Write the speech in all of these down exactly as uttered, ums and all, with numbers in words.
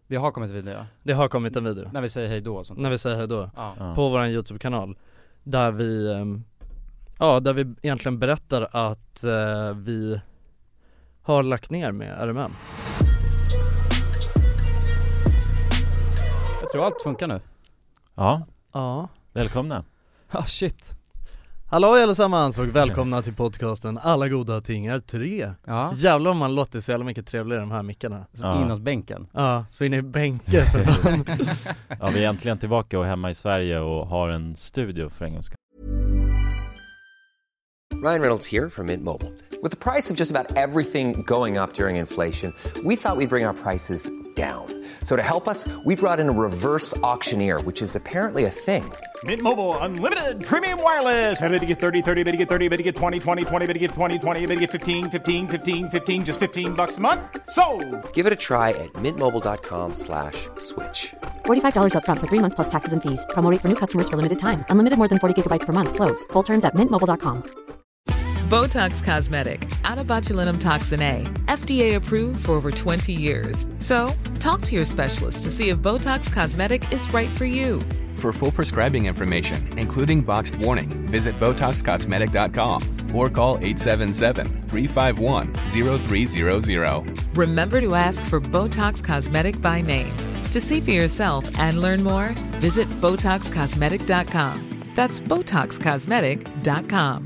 Det har kommit en video, ja. Det har kommit en video. När vi säger hej då och sånt. När vi säger hej då. Ja. Ja. På vår YouTube-kanal. Där vi, um, ja, där vi egentligen berättar att uh, vi har lagt ner med R M M. Jag tror allt funkar nu. Ja. Ja. Välkomna. Ah, shit. Hallå allesammans och välkomna till podcasten Alla goda ting är tre. Ja. Jävlar om man låter så jävla mycket trevligare de här mickarna. Som Ja. inåt bänken. Ja, så inne i bänken för fan. Ja, vi är äntligen tillbaka och hemma i Sverige och har en studio för en gångs skull. Ryan Reynolds here from Mint Mobile. With the price of just about everything going up during inflation, we thought we'd bring our prices down. So to help us, we brought in a reverse auctioneer, which is apparently a thing. Mint Mobile Unlimited Premium Wireless. How to get thirty, thirty, how to get thirty, how to get twenty, twenty, twenty, how to get twenty, twenty, how to get fifteen, fifteen, fifteen, fifteen, just fifteen bucks a month? Sold! Give it a try at mintmobile.com slash switch. forty-five dollars up front for three months plus taxes and fees. Promo rate for new customers for limited time. Unlimited more than forty gigabytes per month. Slows full terms at mint mobile dot com. Botox Cosmetic, out of botulinum toxin A, F D A approved for over twenty years. So, talk to your specialist to see if Botox Cosmetic is right for you. For full prescribing information, including boxed warning, visit botox cosmetic dot com or call eight seven seven, three five one, zero three zero zero. Remember to ask for Botox Cosmetic by name. To see for yourself and learn more, visit botox cosmetic dot com. That's botox cosmetic dot com.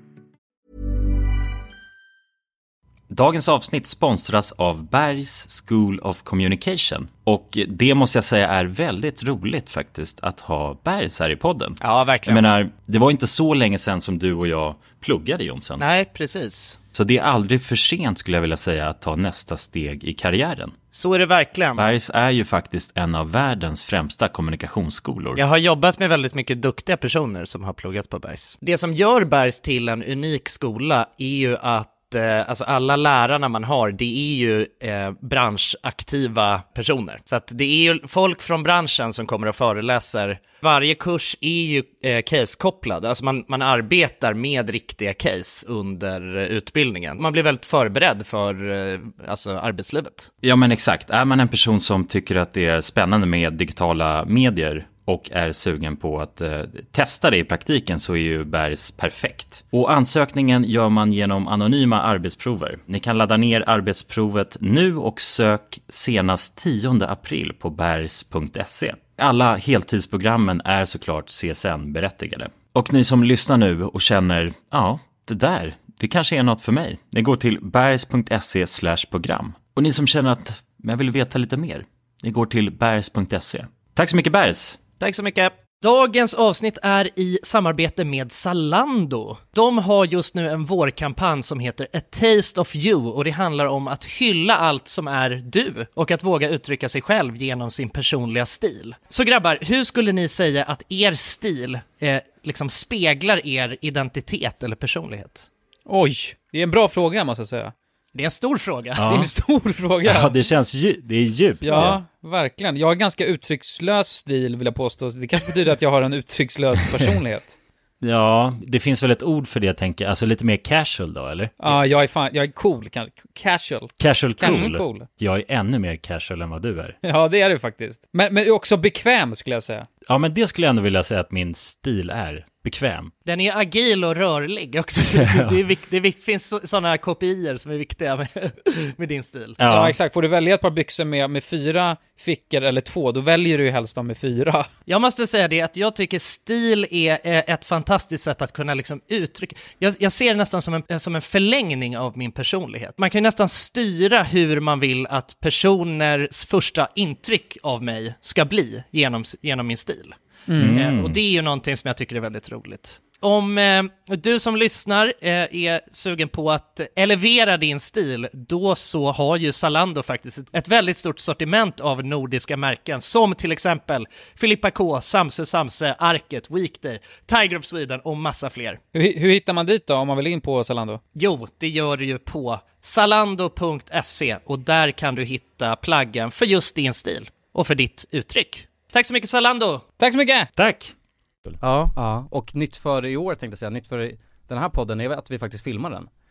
Dagens avsnitt sponsras av Berghs School of Communication. Och det måste jag säga är väldigt roligt faktiskt att ha Berghs här i podden. Ja, verkligen. Jag menar, det var inte så länge sedan som du och jag pluggade, Jonsson. Nej, precis. Så det är aldrig för sent, skulle jag vilja säga, att ta nästa steg i karriären. Så är det verkligen. Berghs är ju faktiskt en av världens främsta kommunikationsskolor. Jag har jobbat med väldigt mycket duktiga personer som har pluggat på Berghs. Det som gör Berghs till en unik skola är ju att alltså alla lärarna man har, det är ju eh, branschaktiva personer. Så att det är ju folk från branschen som kommer och föreläser. Varje kurs är ju eh, case-kopplad. Alltså man, man arbetar med riktiga case under eh, utbildningen. Man blir väldigt förberedd för eh, alltså arbetslivet. Ja, men exakt. Är man en person som tycker att det är spännande med digitala medier och är sugen på att eh, testa det i praktiken, så är ju Berghs perfekt. Och ansökningen gör man genom anonyma arbetsprover. Ni kan ladda ner arbetsprovet nu och sök senast tionde april på berghs punkt se. Alla heltidsprogrammen är såklart C S N-berättigade. Och ni som lyssnar nu och känner, ja, det där, det kanske är något för mig. Ni går till berghs punkt se slash program. Och ni som känner att jag vill veta lite mer, ni går till berghs punkt se. Tack så mycket, Berghs! Tack så mycket. Dagens avsnitt är i samarbete med Zalando. De har just nu en vårkampanj som heter A Taste of You, och det handlar om att hylla allt som är du och att våga uttrycka sig själv genom sin personliga stil. Så grabbar, hur skulle ni säga att er stil eh, liksom speglar er identitet eller personlighet? Oj, det är en bra fråga måste jag säga. Det är en stor fråga. Ja. Det är en stor fråga. Ja, det känns dju- det är djupt. Ja, verkligen. Jag har ganska uttryckslös stil, vill jag påstå. Det kanske betyder att jag har en uttryckslös personlighet. Ja, det finns väl ett ord för det, jag tänker. Alltså lite mer casual då, eller? Ja, jag är fan, jag är cool. Casual. Casual cool. Casual cool. Jag är ännu mer casual än vad du är. Ja, det är du faktiskt. Men, men också bekväm, skulle jag säga. Ja, men det skulle jag ändå vilja säga att min stil är. Bekväm. Den är agil och rörlig också. Det, är vikt, det är vikt, finns sådana kopior som är viktiga med, med din stil. Ja. Ja, exakt. Får du välja ett par byxor med, med fyra fickor eller två, då väljer du ju helst dem med fyra. Jag måste säga det att jag tycker stil är ett fantastiskt sätt att kunna liksom uttrycka. Jag, jag ser det nästan som en, som en förlängning av min personlighet. Man kan ju nästan styra hur man vill att personers första intryck av mig ska bli genom, genom min stil. Mm. Eh, och det är ju någonting som jag tycker är väldigt roligt. Om eh, du som lyssnar eh, är sugen på att elevera din stil, då så har ju Zalando faktiskt ett, ett väldigt stort sortiment av nordiska märken, som till exempel Filippa K, Samse Samse, Arket, Weekday, Tiger of Sweden och massa fler. Hur, hur hittar man dit då om man vill in på Zalando? Jo, det gör du ju på zalando punkt se, och där kan du hitta plaggen för just din stil och för ditt uttryck. Tack så mycket, Zalando! Tack så mycket! Tack! Ja. Ja, och nytt för i år tänkte jag säga, nytt för den här podden är att vi faktiskt filmar den.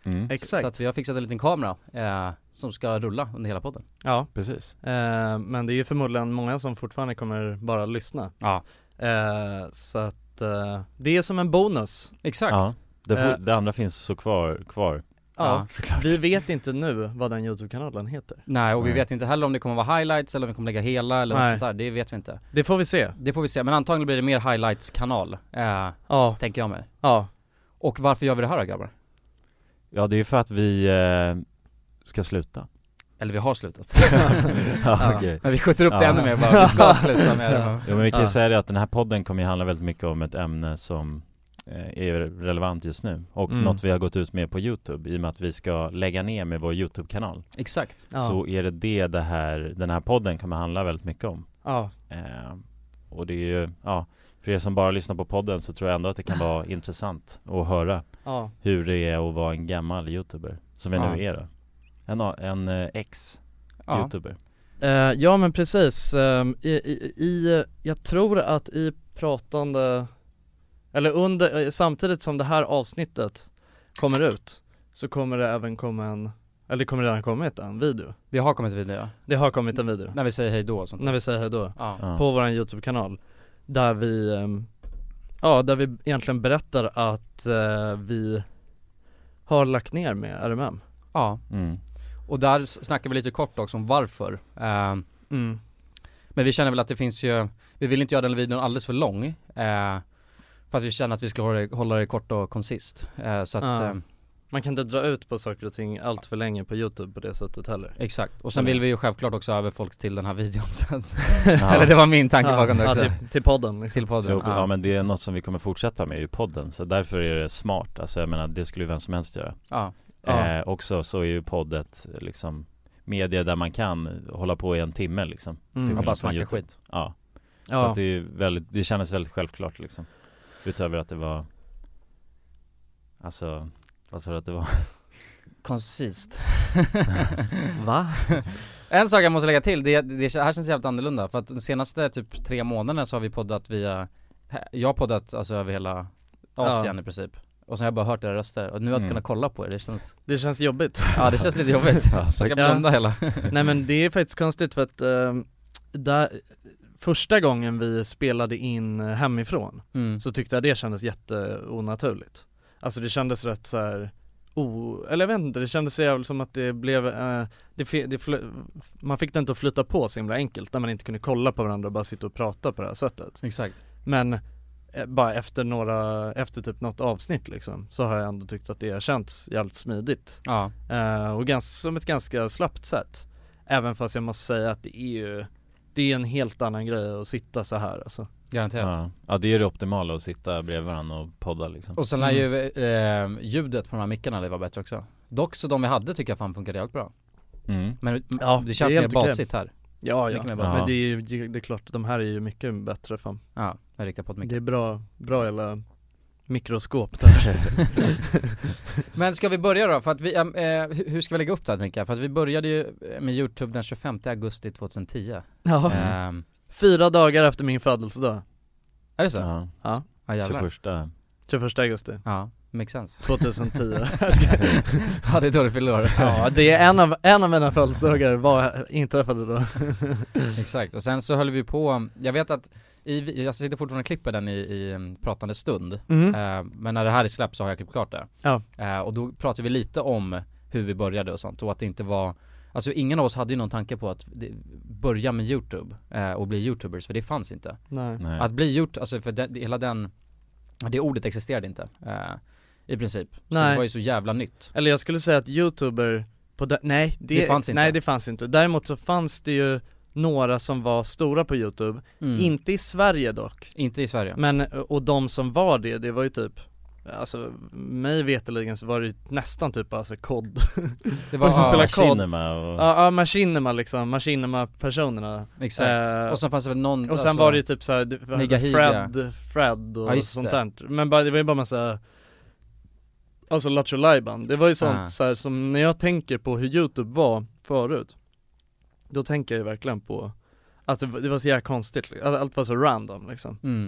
Mm. Exakt. Så att vi har fixat en liten kamera eh, som ska rulla under hela podden. Ja, Precis. eh, men det är ju förmodligen många som fortfarande kommer bara lyssna. Ja, Eh, så att eh, det är som en bonus. exakt. Ja, det, får, Eh. det andra finns så kvar, kvar. Ja, Ja, såklart. vi vet inte nu vad den YouTube-kanalen heter. Nej, och vi Nej. vet inte heller om det kommer vara highlights eller om vi kommer lägga hela eller Nej. något sånt där. Det vet vi inte. Det får vi se. Det får vi se, men antagligen blir det mer highlights-kanal, eh, Ja, tänker jag mig. ja. Och varför gör vi det här då, grabbar? Ja, det är ju för att vi eh, ska sluta. Eller vi har slutat. Ja, okej. Men vi skjuter upp det Ja. ännu mer bara, vi ska sluta med det. Ja, men vi kan ju Ja. säga det att den här podden kommer ju handla väldigt mycket om ett ämne som eh, är relevant just nu. Och Mm. något vi har gått ut med på YouTube, i och med att vi ska lägga ner med vår YouTube-kanal. Exakt. Ja. Så är det det, det här, den här podden kommer handla väldigt mycket om. Ja. Eh, och det är ju, ja, för er som bara lyssnar på podden så tror jag ändå att det kan vara intressant att höra Ja. hur det är att vara en gammal YouTuber, som vi Ja. nu är då. En, en eh, ex-YouTuber. Eh, ja men precis, Ehm, i, i, i, jag tror att i pratande, eller under, eh, samtidigt som det här avsnittet kommer ut, så kommer det även komma en, eller det kommer redan kommit en video. Det har kommit video, ja. Det har kommit en video, När vi säger hej då och sånt. när vi säger hej då, Ja. Ja. på våran YouTube-kanal, där vi, ehm, ja där vi egentligen berättar att eh, vi har lagt ner med R M M. Ja. Mm. Och där s- snackar vi lite kort också om varför. Eh, Mm. men vi känner väl att det finns ju, vi vill inte göra den videon alldeles för lång. Eh, fast vi känner att vi ska hålla det, hålla det kort och koncist. Eh, så att, Ja. eh, Man kan inte dra ut på saker och ting allt för länge på YouTube på det sättet heller. exakt. Och sen Mm. vill vi ju självklart också ha över folk till den här videon. Så att, Ja. eller det var min tanke bakom det ja, också. till, till podden liksom. Till podden. Jo, ja. men det är något som vi kommer fortsätta med i podden, så därför är det smart. Alltså jag menar, det skulle ju vem som helst göra. Ja. Ja. Eh, också så är ju poddet liksom media där man kan hålla på i en timme liksom. Mm. Till Och bara skillnad från snacka YouTube. skit. Ja. Så Ja. att det är ju väldigt, det kändes väldigt självklart liksom. Utöver att det var, alltså, vad sa du att det var? Koncist. Va? En sak jag måste lägga till, det, det här känns jävligt annorlunda. För att de senaste typ tre månaderna så har vi poddat via, jag har poddat alltså över hela Asien Ja. i princip. Och sen har jag bara hört era röster. Och nu har jag inte Mm. kunnat kolla på er, det känns, Det känns jobbigt. ja det känns lite jobbigt. Jag ska Ja. blunda hela. Nej men det är faktiskt konstigt för att eh, där, första gången vi spelade in eh, hemifrån Mm. så tyckte jag det kändes jätteonaturligt. Alltså det kändes rätt så här o, eller jag vet inte, det kändes så jävligt som att det blev eh, det, fi- det fl- man fick det inte att flytta på så himla enkelt när man inte kunde kolla på varandra och bara sitta och prata på det här sättet. Exakt. Men eh, bara efter några, efter typ något avsnitt liksom, så har jag ändå tyckt att det har känts jävligt smidigt. Ja. Eh, och gans, som ett ganska slappt sätt. Även fast jag måste säga att det är ju, det är en helt annan grej att sitta så här alltså. Garanterat. Ja. ja, det är det optimala, att sitta bredvid varandra och podda liksom. Och sen lär ju eh, ljudet på de här mickarna det var bättre också. Dock så de vi hade tycker jag fan funkade jävligt bra. Mm. Men Ja, det känns det är mer helt okej. basigt här. Ja, ja. Mycket mer Men bra. det är ju, det är klart, de här är ju mycket bättre fan. Ja, med riktiga poddmickar. Det är bra, bra jävla mikroskop där. Men ska vi börja då? För att vi, eh, hur hur ska vi lägga upp det här tänker jag? För att vi började ju med YouTube den tjugofemte augusti tjugohundratio. Ja. Ehm, Fyra dagar efter min födelsedag. är det så? Ja. Ja, Ja jävlar. tjugoförsta. tjugoförsta augusti Ja, makes sense. tjugohundratio. Ja det är då det fyller år. Ja, det är en av, en av mina födelsedagar var inträffade då. Exakt, och sen så höll vi på, jag vet att i, jag sitter fortfarande och klipper den i, i en pratande stund. Mm. Eh, men när det här är släppt så har jag klippt klart det. Ja. Eh, och då pratade vi lite om hur vi började och sånt, och att det inte var, alltså ingen av oss hade ju någon tanke på att det, börja med YouTube eh, och bli YouTubers, för det fanns inte. Nej. Nej. Att bli gjort, alltså för den, hela den, det ordet existerade inte eh, i princip. Så Nej. det var ju så jävla nytt. Eller jag skulle säga att YouTuber på de, nej, det, Det fanns inte. Nej, det fanns inte. Däremot så fanns det ju några som var stora på YouTube. Mm. Inte i Sverige dock. Inte i Sverige. Men, och de som var det, det var ju typ, alltså mig veterligen så var det ju nästan typ alltså kod. Det var som spelar kod. Machinima och... Ja, ja, Machinima liksom, Machinima personerna. Exakt. Eh, och sen fanns det väl någon, Och sen alltså, var det ju typ såhär, det- vad Niga heter Higa. Fred, Fred och Ja, just sånt det. där. Men bara, det var ju bara massa, alltså Lattjo Lajban. Det var ju sånt Ah. så här, som när jag tänker på hur YouTube var förut, då tänker jag ju verkligen på att det, var- det var så jävla konstigt, allt, allt var så random liksom. mm.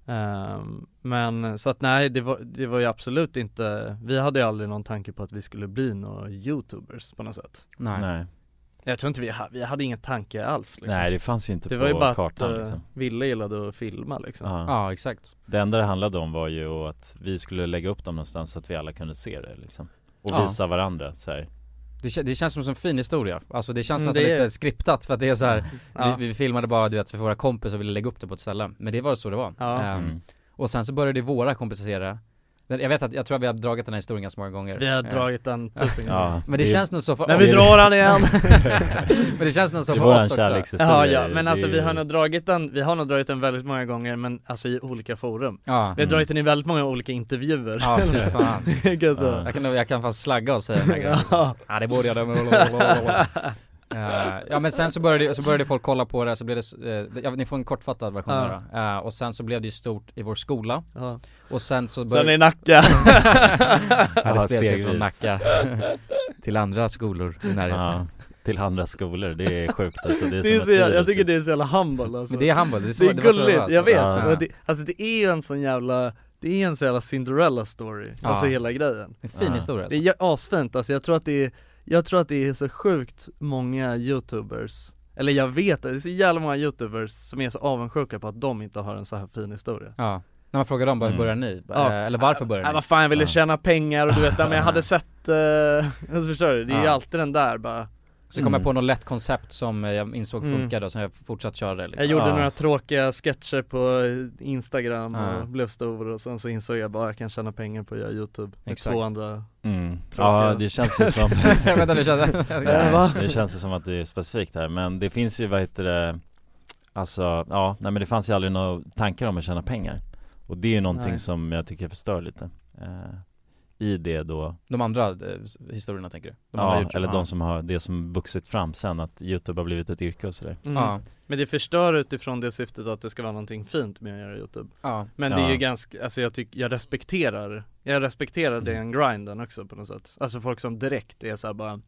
Um, men så att nej, det var, det var ju absolut inte, vi hade ju aldrig någon tanke på att vi skulle bli några YouTubers på något sätt. Nej. Nej. Jag tror inte vi hade, vi hade ingen tanke alls liksom. Nej, det fanns ju inte det på var ju bara kartan att, liksom. Ville gillade att filma liksom. Ja. Ja, exakt. Det enda det handlade om var ju att vi skulle lägga upp dem någonstans så att vi alla kunde se det liksom. Och Ja. visa varandra så här. Det, kä- det känns som en fin historia. Alltså det känns Mm, nästan det är- lite skriptat för att det är så här. Ja. vi, vi filmade bara, du vet, för våra kompisar och ville lägga upp det på ett ställe. Men det var så det var. Ja. Ehm, Mm. Och sen så började våra kompisar se det. Den- Jag vet att, jag tror att vi har dragit den här historien ganska många gånger. Vi har Ehm, dragit den tusen gånger. Ja, Men det, känns nog så för Men oss. vi drar den igen. Men det känns nog så det för var oss en också. kärlekshistoria. Ja, ja, men Det alltså är vi ju- har nog dragit den, vi har nog dragit den väldigt många gånger, men alltså i olika forum. Ja. Vi har Mm. dragit den i väldigt många olika intervjuer. Ja, fy fan. Gud, så. Ja. Jag kan, jag kan fan slagga och säga den här grejen. Ja. Ja, det borde jag. Uh, ja, men sen så började, så började folk kolla på det, så blev det, uh, ja, ni får en kortfattad version Ja. då. Uh, och sen så blev det ju stort i vår skola. Ja. Och sen så Sen började i Nacka. ja, det Ja, spred sig stegvis. från Nacka till andra skolor i närheten. Ja, till andra skolor, det är sjukt alltså. Det är, Det är som så, ett jag, virus. jag tycker det är så jävla humble alltså. Men det är humble, det är så, Det är det var så det gulligt, var, alltså. jag vet. Ja. Men det, alltså det är ju en sån jävla, det är en sån jävla Cinderella story. Ja. Alltså hela grejen. En fin Ja. historia alltså. Det är asfint, alltså jag tror att det är, jag tror att det är så sjukt många YouTubers, eller jag vet det, det är så jävla många YouTubers som är så avundsjuka på att de inte har en så här fin historia. Ja. När man frågar dem bara, hur Mm. börjar ni? Ja. Eh, Eller varför börjar Nej ni? vad fan, jag ville Ja. tjäna pengar och du vet, men jag hade sett, uh, alltså förstår du, det är ju Ja. alltid den där bara. Så kom jag Mm. på något lätt koncept som eh, jag insåg Mm. funkade och sen jag fortsatt köra det liksom. Jag gjorde Ja. några tråkiga sketcher på Instagram Ja. och blev stor, och sen så insåg jag bara, jag kan tjäna pengar på att göra YouTube med Exakt. två andra. Mm. Tråkiga. Ja, det känns ju som Vänta, nu känner Ja, va? det känns ju som att det är specifikt här. Men det finns ju, vad heter det, alltså, ja, nej men det fanns ju aldrig några tankar om att tjäna pengar. Och det är ju någonting Nej. som jag tycker förstör lite eh, i det då. De andra eh, historierna tänker du? De andra Ja, YouTube, eller ja. de som har, det som vuxit fram sen, att YouTube har blivit ett yrke och sådär. Mm. Ja. Men det förstör utifrån det syftet att det ska vara någonting fint med att göra YouTube. Ja. Men det är Ja. ju ganska, alltså jag tycker, jag respekterar Jag respekterar den grinden också på något sätt. Alltså folk som direkt är såhär bara,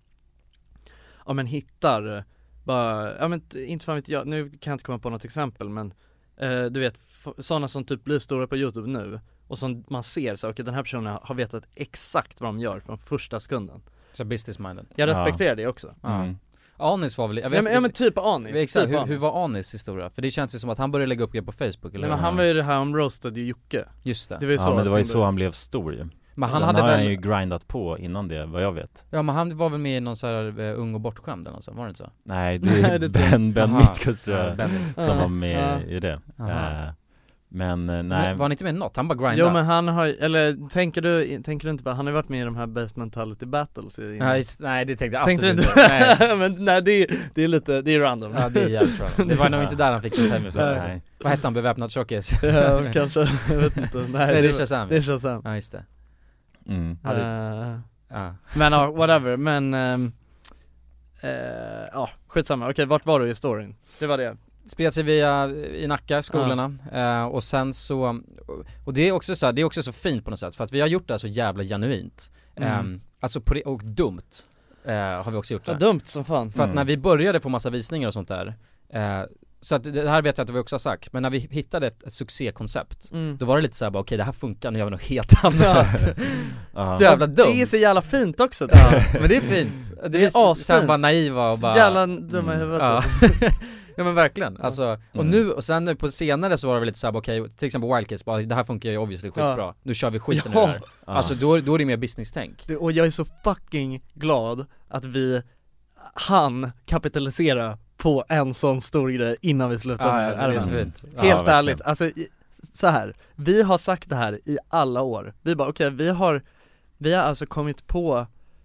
ja men hittar bara, ja men t- inte fan vet jag, nu kan jag inte komma på något exempel, men eh, du vet, f- sådana som typ blir stora på YouTube nu och som man ser så, okej den här personen har vetat exakt vad de gör från första sekunden. Så business minded. Jag Ja. respekterar det också. Ja. Mm. Anis var väl, jag vet, Ja men, ja, men typ Anis. exakt, typ hur, Anis. hur var Anis historia? För det känns ju som att han började lägga upp grejer på Facebook eller? Nej, men han var ju det här om roasted i Jocke. Just det. Det var ju så Ja, men det var ju allting så började. han blev stor ju. Men han Sen hade har väl, han ju grindat på innan det, vad jag vet. ja men han var väl med i någon så här uh, ung och bortskämd eller något så, var det inte så? Nej, det Nej, är det tror jag. Ben, ben Aha. Mittkust tror Ja, jag, Ben. som Ja. var med Ja. i det. Aha. Eh, Men eh, nej. Men var han inte med i något? Han bara grindade. Jo men han har, eller tänker du, tänker du inte bara, han har ju varit med i de här Base Mentality Battles i, Ja, just, nej det tänkte jag tänkte du absolut inte? inte. Nej. Men nej det är, det är lite, det är random. Ja det är jävligt random. Det var nog inte där han fick sin time. Nej. Vad hette han? Beväpnad tjockis? Ja, kanske, jag vet inte. Nej, Nej det är Shazam. Det är Shazam. Ja just det. Mm. Ja, det- Eh, Ja. Men ja, whatever, men ehm, eh, ja, skitsamma. Okej, vart var du i storyn? Det var det. Spred sig via i Nacka, skolorna, eh, och sen så, och det är också så här, det är också så fint på något sätt, för att vi har gjort det här så jävla genuint. Mm. Eh, alltså på det, och dumt eh, har vi också gjort det. Ja, dumt som fan. För att Mm. när vi började få massa visningar och sånt där, eh, så att det här vet jag att vi också har sagt, men när vi hittade ett, ett succékoncept, Mm. då var det lite så här bara, okej det här funkar, nu gör vi något helt annat. Ja. Så jävla dumt. Det är så jävla fint också. Ja, men det är fint. Det, Det är är så asfint. här bara naiva och Så bara jävla dumma i Mm. huvudet. Ja. alltså. Ja men verkligen, alltså, och Mm. nu, och sen nu på senare så var det väl lite såhär, okej, till exempel Wildcats, bara det här funkar ju obviously skitbra, Ja. nu kör vi skiten Ja. ur det här. Ja. Alltså då, då är det mer business-tänk. Det, och jag är så fucking glad att vi hann kapitalisera på en sån stor grej innan vi slutade med Ja, det är Ärmen. så Mm. fint. Ja, Helt verkligen. ärligt, alltså i- så här. Vi har sagt det här i alla år. Vi bara okej, vi har Vi har alltså kommit på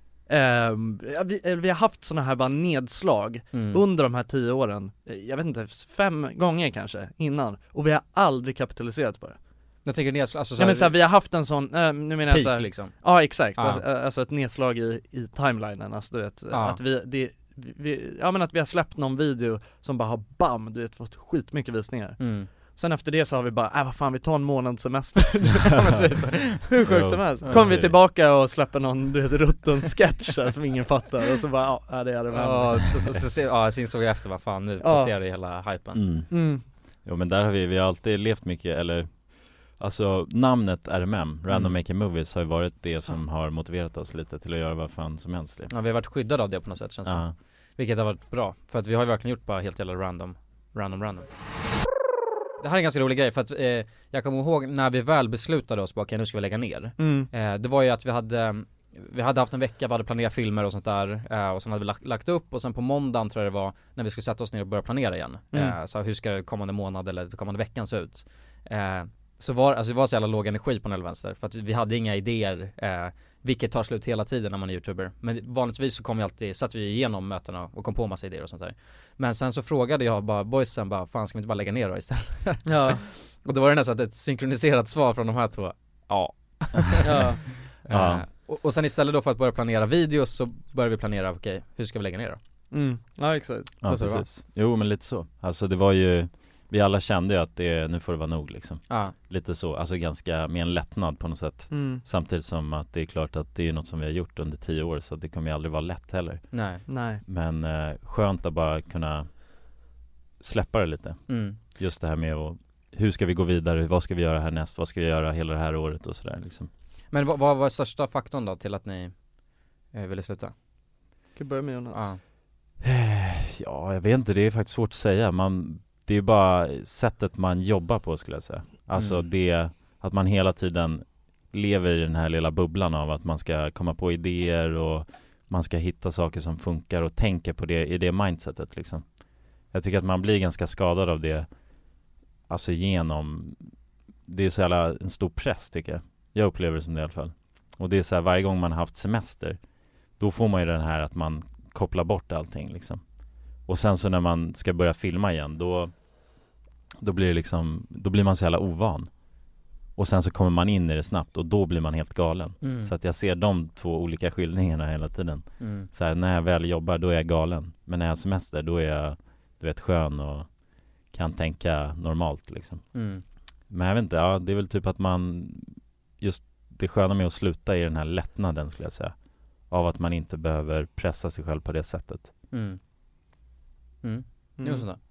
ehm, ja, vi, eller vi har haft såna här bara nedslag Mm. under de här tio åren, eh, jag vet inte, fem gånger kanske innan, och vi har aldrig kapitaliserat på det. Jag tänker nedslag, alltså Ja, men så här, vi har haft en sån, äh, nu menar jag så här, peak liksom. ja exakt, Ja. Al- alltså ett nedslag i, i timelinen, alltså du vet, Ja. att vi, det, vi, ja men att vi har släppt någon video som bara har bam, du vet, fått skitmycket visningar. Mm. Sen efter det så har vi bara, äh vad fan, vi tar en månads semester. typ. Hur sjukt Jo, som helst. jag Kommer vi ser. tillbaka och släpper någon, du vet, rutten sketch här, som ingen fattar, och så bara, ja, ja det är det med. Ja, så, så, så, så, ja, så insåg jag efter, vad fan, nu Ja. passerar det hela hypen. Mm. Mm. Jo men där har vi, vi har alltid levt mycket, eller Alltså namnet R M M, Random Mm. Making Movies, har ju varit det som har motiverat oss lite till att göra vad fan som helst. Ja, vi har varit skyddade av det på något sätt, känns det Ja. som. Vilket har varit bra, för att vi har ju verkligen gjort bara helt jävla random, random, random. Det här är en ganska rolig grej, för att eh, jag kommer ihåg när vi väl beslutade oss, bara okej, nu ska vi lägga ner. Mm. Eh, det var ju att vi hade, vi hade haft en vecka, vi hade planerat filmer och sånt där, eh, och sen hade vi lagt, lagt upp, och sen på måndagen tror jag det var, när vi skulle sätta oss ner och börja planera igen. Mm. Eh, så hur ska det kommande månad eller det kommande veckan se ut? Eh, så var, alltså det var så jävla låg energi på Nellvänster, för att vi hade inga idéer, eh, vilket tar slut hela tiden när man är youtuber. Men vanligtvis så kom vi alltid, satt vi igenom mötena och kom på massa idéer och sånt där. Men sen så frågade jag bara boysen bara, fan ska vi inte bara lägga ner då istället? Ja. Och då var det nästan ett synkroniserat svar från de här två. Ja. Ja. Ja. Eh, och, och sen istället då för att börja planera videos så började vi planera, okej, okay, hur ska vi lägga ner då? Mm. Ja, exakt. Ja, precis. Jo, men lite så. Alltså det var ju, vi alla kände ju att det, nu får det vara nog liksom. Ja. Lite så, alltså ganska med en lättnad på något sätt. Mm. Samtidigt som att det är klart att det är något som vi har gjort under tio år, så det kommer ju aldrig vara lätt heller. Nej. Nej. Men eh, skönt att bara kunna släppa det lite. Mm. Just det här med att, hur ska vi gå vidare, vad ska vi göra härnäst, vad ska vi göra hela det här året och sådär liksom. Men vad, vad var största faktorn då till att ni eh, ville sluta? Kan börja med Jonas. Ja. Ja, jag vet inte, det är faktiskt svårt att säga. Man, det är bara sättet man jobbar på, skulle jag säga. Alltså Mm. det, att man hela tiden lever i den här lilla bubblan av att man ska komma på idéer och man ska hitta saker som funkar och tänka på det i det mindsetet liksom. Jag tycker att man blir ganska skadad av det, alltså genom, det är så jävla en stor press tycker jag. Jag upplever det som det i alla fall. Och det är så här, varje gång man har haft semester, då får man ju den här att man kopplar bort allting liksom. Och sen så när man ska börja filma igen, då då blir det liksom, då blir man så jävla ovan. Och sen så kommer man in i det snabbt och då blir man helt galen. Mm. Så att jag ser de två olika skildringarna hela tiden. Mm. Så här, när jag väl jobbar, då är jag galen. Men när jag har semester, då är jag, du vet, skön och kan tänka normalt liksom. Mm. Men jag vet inte, ja, det är väl typ att man, just det sköna med att sluta i den här lättnaden, skulle jag säga. Av att man inte behöver pressa sig själv på det sättet. Mm. Mm. Mm. Just det.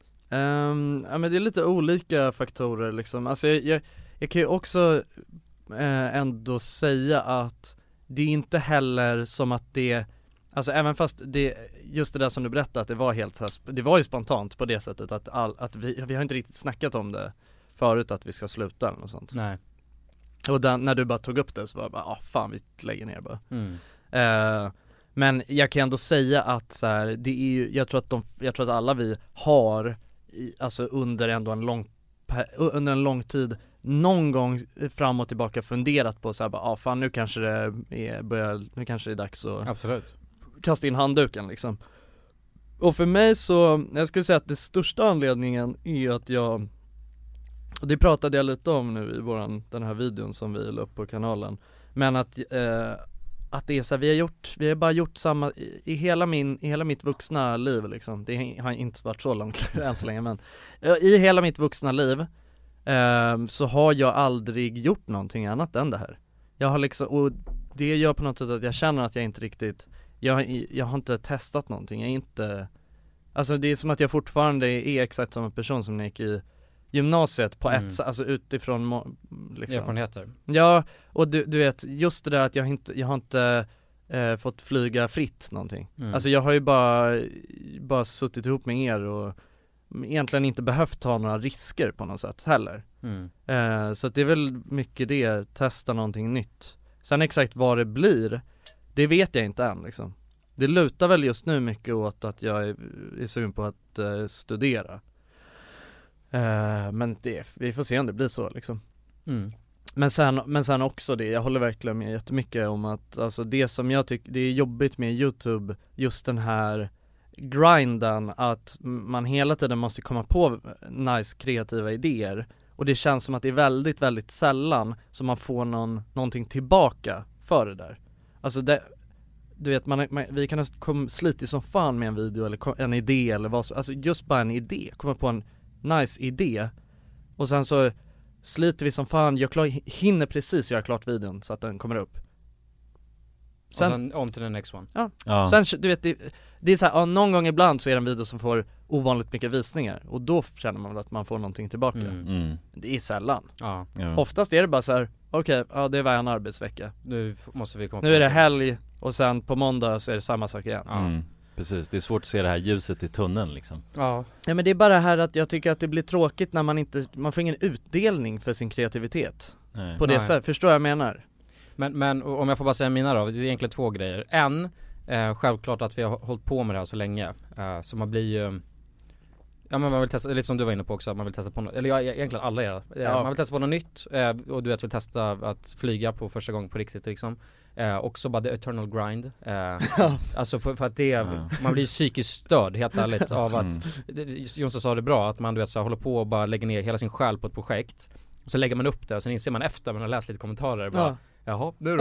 Um, ja, men det är lite olika faktorer liksom. Alltså jag, jag, jag kan ju också eh, ändå säga att det är inte heller som att det, alltså även fast det, just det där som du berättade, att det var helt så här, det var ju spontant på det sättet att, all, att vi, vi har inte riktigt snackat om det förut, att vi ska sluta eller något sånt. Nej. Och den, när du bara tog upp det så var jag bara, ah fan, vi lägger ner bara. Mm. Uh, men jag kan ändå säga att så här, det är ju, jag tror att de, jag tror att alla vi har i, alltså under ändå en lång under en lång tid någon gång fram och tillbaka funderat på så här, bara, ah fan, nu kanske det är börjar, nu kanske det är dags att Absolut. kasta in handduken liksom. Och för mig så, jag skulle säga att det största anledningen är att jag, och det pratade jag lite om nu i våran, den här videon som vi la upp på kanalen, men att eh, att det är så här, vi har gjort, vi har bara gjort samma i, i hela min, i hela mitt vuxna liv liksom. Det har inte varit så långt än så länge, men i hela mitt vuxna liv eh, så har jag aldrig gjort någonting annat än det här. Jag har liksom, och det gör på något sätt att jag känner att jag inte riktigt, jag, jag har inte testat någonting, jag är inte, alltså det är som att jag fortfarande är exakt samma person som när jag gick i gymnasiet på Mm. ett, alltså utifrån må, liksom. Erfarenheter. Ja, och du, du vet, just det där att jag inte, jag har inte eh, fått flyga fritt någonting. Mm. Alltså jag har ju bara, bara suttit ihop med er och egentligen inte behövt ta några risker på något sätt heller. Mm. Eh, så att det är väl mycket det, testa någonting nytt. Sen exakt vad det blir, det vet jag inte än liksom. Det lutar väl just nu mycket åt att jag är, är sugen på att eh, studera. Uh, men det, vi får se om det blir så liksom. Mm. Men sen, men sen också det, jag håller verkligen med jättemycket om att alltså det som jag tycker, det är jobbigt med YouTube, just den här grinden, att man hela tiden måste komma på nice kreativa idéer, och det känns som att det är väldigt, väldigt sällan som man får någon, någonting tillbaka för det där. Alltså det, du vet, man, man, vi kan ha kom, slitit som fan med en video eller en idé eller vad som, alltså just bara en idé, komma på en nice idé och sen så sliter vi som fan, jag klar, hinner precis göra klart videon så att den kommer upp. Sen, och sen on to the next one. Ja, Ja. sen du vet det, det är så här, ja, någon gång ibland så är det en video som får ovanligt mycket visningar. Och då känner man väl att man får någonting tillbaka. Mm. Mm. Det är sällan. Ja. Ja. Oftast är det bara så här: okej, okay, ja det var en arbetsvecka. Nu f- måste vi komma Nu är det helg och sen på måndag så är det samma sak igen. Ja. Mm. Precis, det är svårt att se det här ljuset i tunneln liksom. Ja. Ja men det är bara det här att jag tycker att det blir tråkigt när man inte, man får ingen utdelning för sin kreativitet. Nej. På det Nej. sättet, förstår jag vad jag menar? Men, men om jag får bara säga mina då, det är egentligen två grejer. En, eh, självklart att vi har hållit på med det här så länge. Eh, så man blir ju, ja men man vill testa, lite som du var inne på också, man vill testa på något, eller jag, egentligen alla era. Eh, Ja. Man vill testa på något nytt, eh, och du vet vill testa att flyga på första gången på riktigt liksom. Eh, också bara the eternal grind. Eh, alltså för, för att det, Ja. man blir psykiskt störd helt ärligt av att, Mm. det- Jonsson sa det bra, att man du vet så här, håller på och bara lägger ner hela sin själ på ett projekt. Och så lägger man upp det och sen inser man efter man har läst lite kommentarer bara, Ja. jaha, nu då?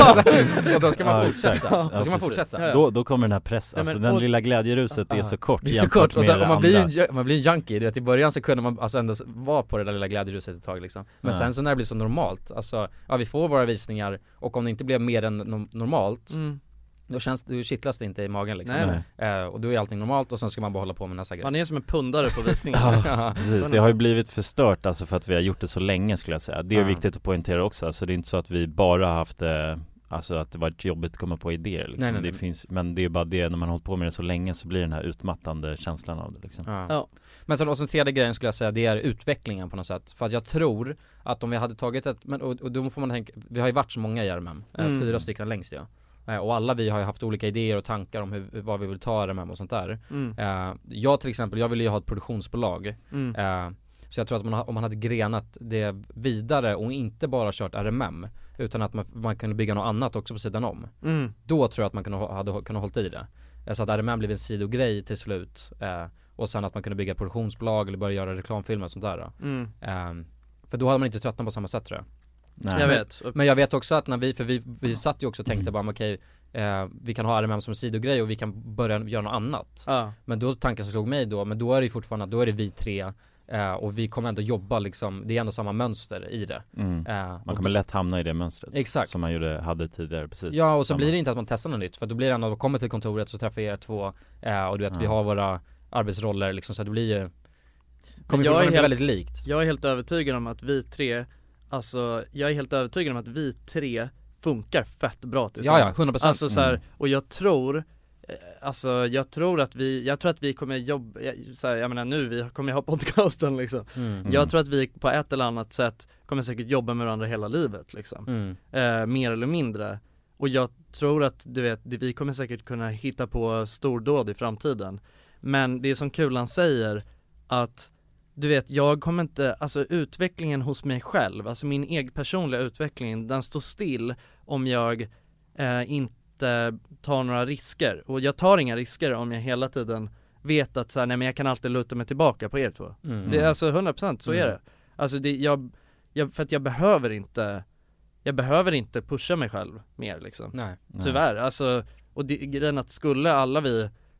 Och då ska man Ja, fortsätta. exakt. Då Ja, ska man precis. fortsätta. Då, då kommer den här press, Ja, alltså men- den och- lilla glädjeruset är Ja. så kort Det är så jämfört kort, och, med sen, det och man, blir andra. en, man blir en junkie, du vet i början så kunde man alltså ändå vara på det där lilla glädjeruset ett tag liksom. Men Ja. sen så när det blir så normalt, alltså, ja vi får våra visningar, och om det inte blir mer än no- normalt, Mm. då känns då kittlas det inte i magen liksom. Nej, nej. Eh, och då är allting normalt och sen ska man bara hålla på med nästa grej. Man är som en pundare på visningen. Ja, precis. Det har ju blivit förstört alltså för att vi har gjort det så länge skulle jag säga. Det är Ja. viktigt att poängtera också. Alltså det är inte så att vi bara har haft det, alltså att det varit jobbigt att komma på idéer liksom. Nej, nej, det nej. finns, men det är bara det, när man har hållit på med det så länge så blir den här utmattande känslan av det liksom. Ja. Ja. Men sen, och sen tredje grejen skulle jag säga, det är utvecklingen på något sätt. För att jag tror att om vi hade tagit ett, men, och, och då får man tänka, vi har ju varit så många i R M M, eh, Mm. fyra stycken längst ja. Eh, och alla vi har ju haft olika idéer och tankar om hur, vad vi vill ta R M M och sånt där. Mm. Eh, jag till exempel, jag ville ju ha ett produktionsbolag. Mm. Eh, så jag tror att man, ha- om man hade grenat det vidare och inte bara kört R M M, utan att man, man kunde bygga något annat också på sidan om. Mm. Då tror jag att man kunde, ha- hade ha- kunnat hållit i det. Eh, Så att R M M blev en sidogrej till slut. Eh, och sen att man kunde bygga ett produktionsbolag eller börja göra reklamfilmer och sånt där. Då. Mm. Eh, för då hade man inte tröttnat på samma sätt tror jag. Nej. Jag vet. Men jag vet också att när vi, för vi, vi satt ju också och tänkte bara, men okej, eh, vi kan ha R M M som en sidogrej och vi kan börja göra något annat. Ja. Men då tanken som slog mig då, men då är det ju fortfarande, då är det vi tre, eh, och vi kommer ändå jobba liksom, det är ändå samma mönster i det. Mm. Eh, Man och kommer då- lätt hamna i det mönstret. Exakt. Som man gjorde, hade tidigare, precis. Ja, och så Samma. blir det inte att man testar något nytt, för då blir det ändå, kommer till kontoret så träffar er två, eh, och du vet, vi Ja. har våra arbetsroller liksom, så det blir ju, kommer jag är fortfarande bli helt- väldigt likt. Jag är helt övertygad om att vi tre, alltså jag är helt övertygad om att vi tre funkar fett bra tillsammans. Ja, ja, hundra procent. Alltså så här, Mm. och jag tror, eh, alltså jag tror att vi, jag tror att vi kommer jobba, jag, så här, jag menar nu, vi kommer ju ha podcasten liksom. Mm. Jag tror att vi på ett eller annat sätt kommer säkert jobba med varandra hela livet liksom. Mm. Eh, mer eller mindre. Och jag tror att, du vet, det- vi kommer säkert kunna hitta på stordåd i framtiden. Men det är som Kulan säger, att du vet, jag kommer inte, alltså utvecklingen hos mig själv, alltså min egen personliga utveckling, den står still om jag eh, inte tar några risker. Och jag tar inga risker om jag hela tiden vet att så här, nej men jag kan alltid luta mig tillbaka på er två. Mm. Det är alltså hundra procent, så är Mm. det. Alltså det, jag, jag, för att jag behöver inte, jag behöver inte pusha mig själv mer liksom. Nej. Tyvärr, alltså, och det, grejen att skulle alla vi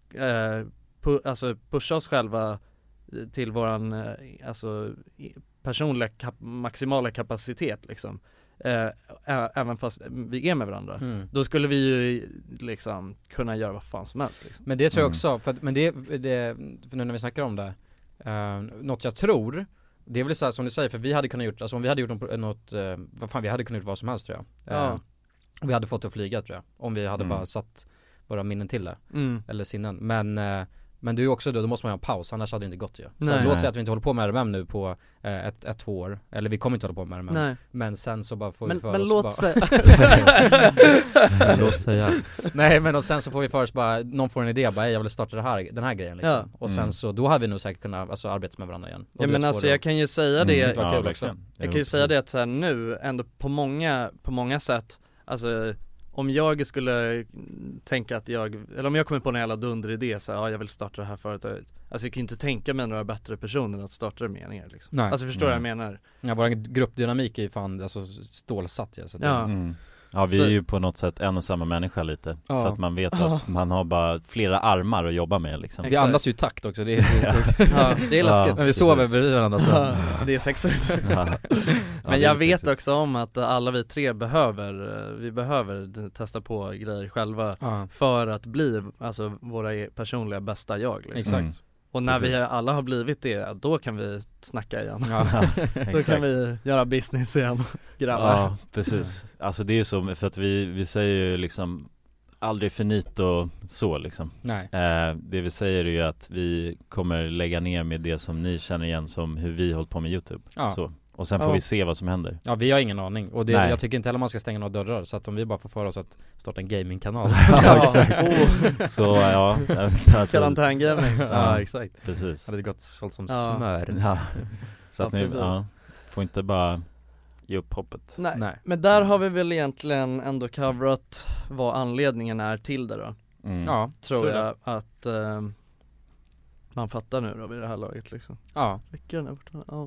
eh, pu, alltså pusha oss själva till våran eh, alltså i- personliga kap, maximala kapacitet liksom, eh, ä, även fast vi är med varandra, Mm. då skulle vi ju liksom kunna göra vad fan som helst liksom. Men det tror jag Mm. också, för att, men det, det, för nu när vi snackar om det, uh, något jag tror, det är väl så här som du säger, för vi hade kunnat gjort, alltså om vi hade gjort något, något uh, vad fan, vi hade kunnat gjort vad som helst tror jag. Ja. Uh, vi hade fått det att flyga tror jag, om vi hade Mm. bara satt våra minnen till det, Mm. eller sinnen. Men, uh, men det är ju också då, då måste man ha en paus, annars hade det inte gått ju. Så Nej. låt Nej. säga att vi inte håller på med R M M nu på uh, ett, ett, två år, eller vi kommer inte hålla på med R M M. Nej. Men sen så bara får Men, vi för men oss låt bara... säga Låt säga. Nej men och sen så får vi först bara, någon får en idé, bara jag vill starta det här, den här grejen liksom. Ja. Och sen Mm. så, då hade vi nog säkert kunnat alltså, arbeta med varandra igen. Och Ja du men vet, alltså få det- jag kan ju säga Mm. det, Det var Ja, kul verkligen. också. jag Jo, kan ju säga precis. det att så här, nu ändå på många, på många sätt, alltså om jag skulle tänka att jag, eller om jag kommer på en jävla dunderidé så här, ja jag vill starta det här företaget, alltså jag kan ju inte tänka mig några bättre personer att starta det med än er liksom. Nej. Alltså förstår du Nej. vad jag menar? Ja, vår gruppdynamik är ju fan alltså, stålsatt ju, så det, Ja. Mm. Ja, vi Så- är ju på något sätt en och samma människa lite. Ja. Så att man vet Ja. att man har bara flera armar att jobba med liksom. Vi Exakt. andas ju i takt också, det är helt Ja, det är läskigt. Men vi sover bredvid varandra så Ja, det är sexigt. Ja. Ja, Men det är jag vet sexigt. också om att alla vi tre behöver, vi behöver testa på grejer själva ja. för att bli, alltså våra e- personliga bästa jag liksom. Exakt. Mm. Och när vi Precis. alla har blivit det, då kan vi snacka igen. Ja. Då Exakt. kan vi göra business igen, grabbar. Ja, precis. Alltså det är ju så, för att vi, vi säger ju liksom aldrig finito så liksom. Nej. Eh, det vi säger är ju att vi kommer lägga ner med det som ni känner igen som hur vi hållit på med YouTube. Ja. Så. Och sen får Ja. vi se vad som händer. Ja, vi har ingen aning. Och det, Nej. jag tycker inte heller man ska stänga några dörrar. Så att om vi bara får för oss att starta en gamingkanal. Ja, exakt. Oh, Så ja, alltså, karantängaming. Ja, exakt. precis. Det hade gått sålt som Ja. smör. Ja. Så Ja, att ni, precis. ja, får inte bara ge upp hoppet. Nej. Nej. Men där har vi väl egentligen ändå coverat vad anledningen är till det då. Mm. Ja, Tror tror jag att eh, man fattar nu då vid det här laget liksom. Ja. Räcker den här borta? Ja.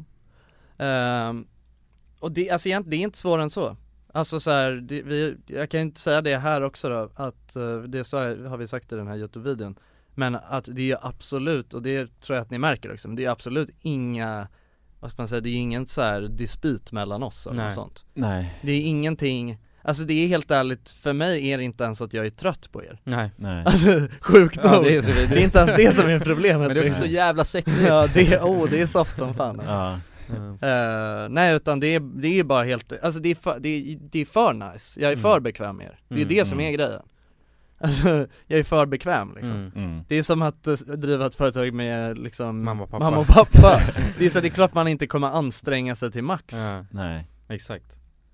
Ehm, och det, alltså egentligen, det är inte svårare än så. Alltså så här, det, vi, jag kan inte säga det här också då, att eh, det så har vi sagt i den här YouTube-videon. Men att det är absolut, och det tror jag att ni märker också, men det är absolut inga, vad ska man säga, det är ingen så här dispyt mellan oss eller Nej. något sånt. Nej, Det är ingenting, alltså det är helt ärligt, för mig är det inte ens att jag är trött på er. Nej. nej. Alltså sjukt Ja, nog. det är så vidrigt. Det är inte ens det som är problemet. Men det är också så jävla sexigt. Ja, det är, oh, det är soft som fan alltså. Ja. Uh, nej utan det är, det är bara helt, alltså det är för, det är, det är för nice. Jag är Mm. för bekväm med er. Det är Mm, det som mm. är grejen. Alltså, jag är för bekväm liksom. Mm. Mm. Det är som att uh, driva ett företag med liksom Mamma och pappa. mamma och pappa. Det är så det är klart man inte kommer anstränga sig till max. Ja, Nej. exakt.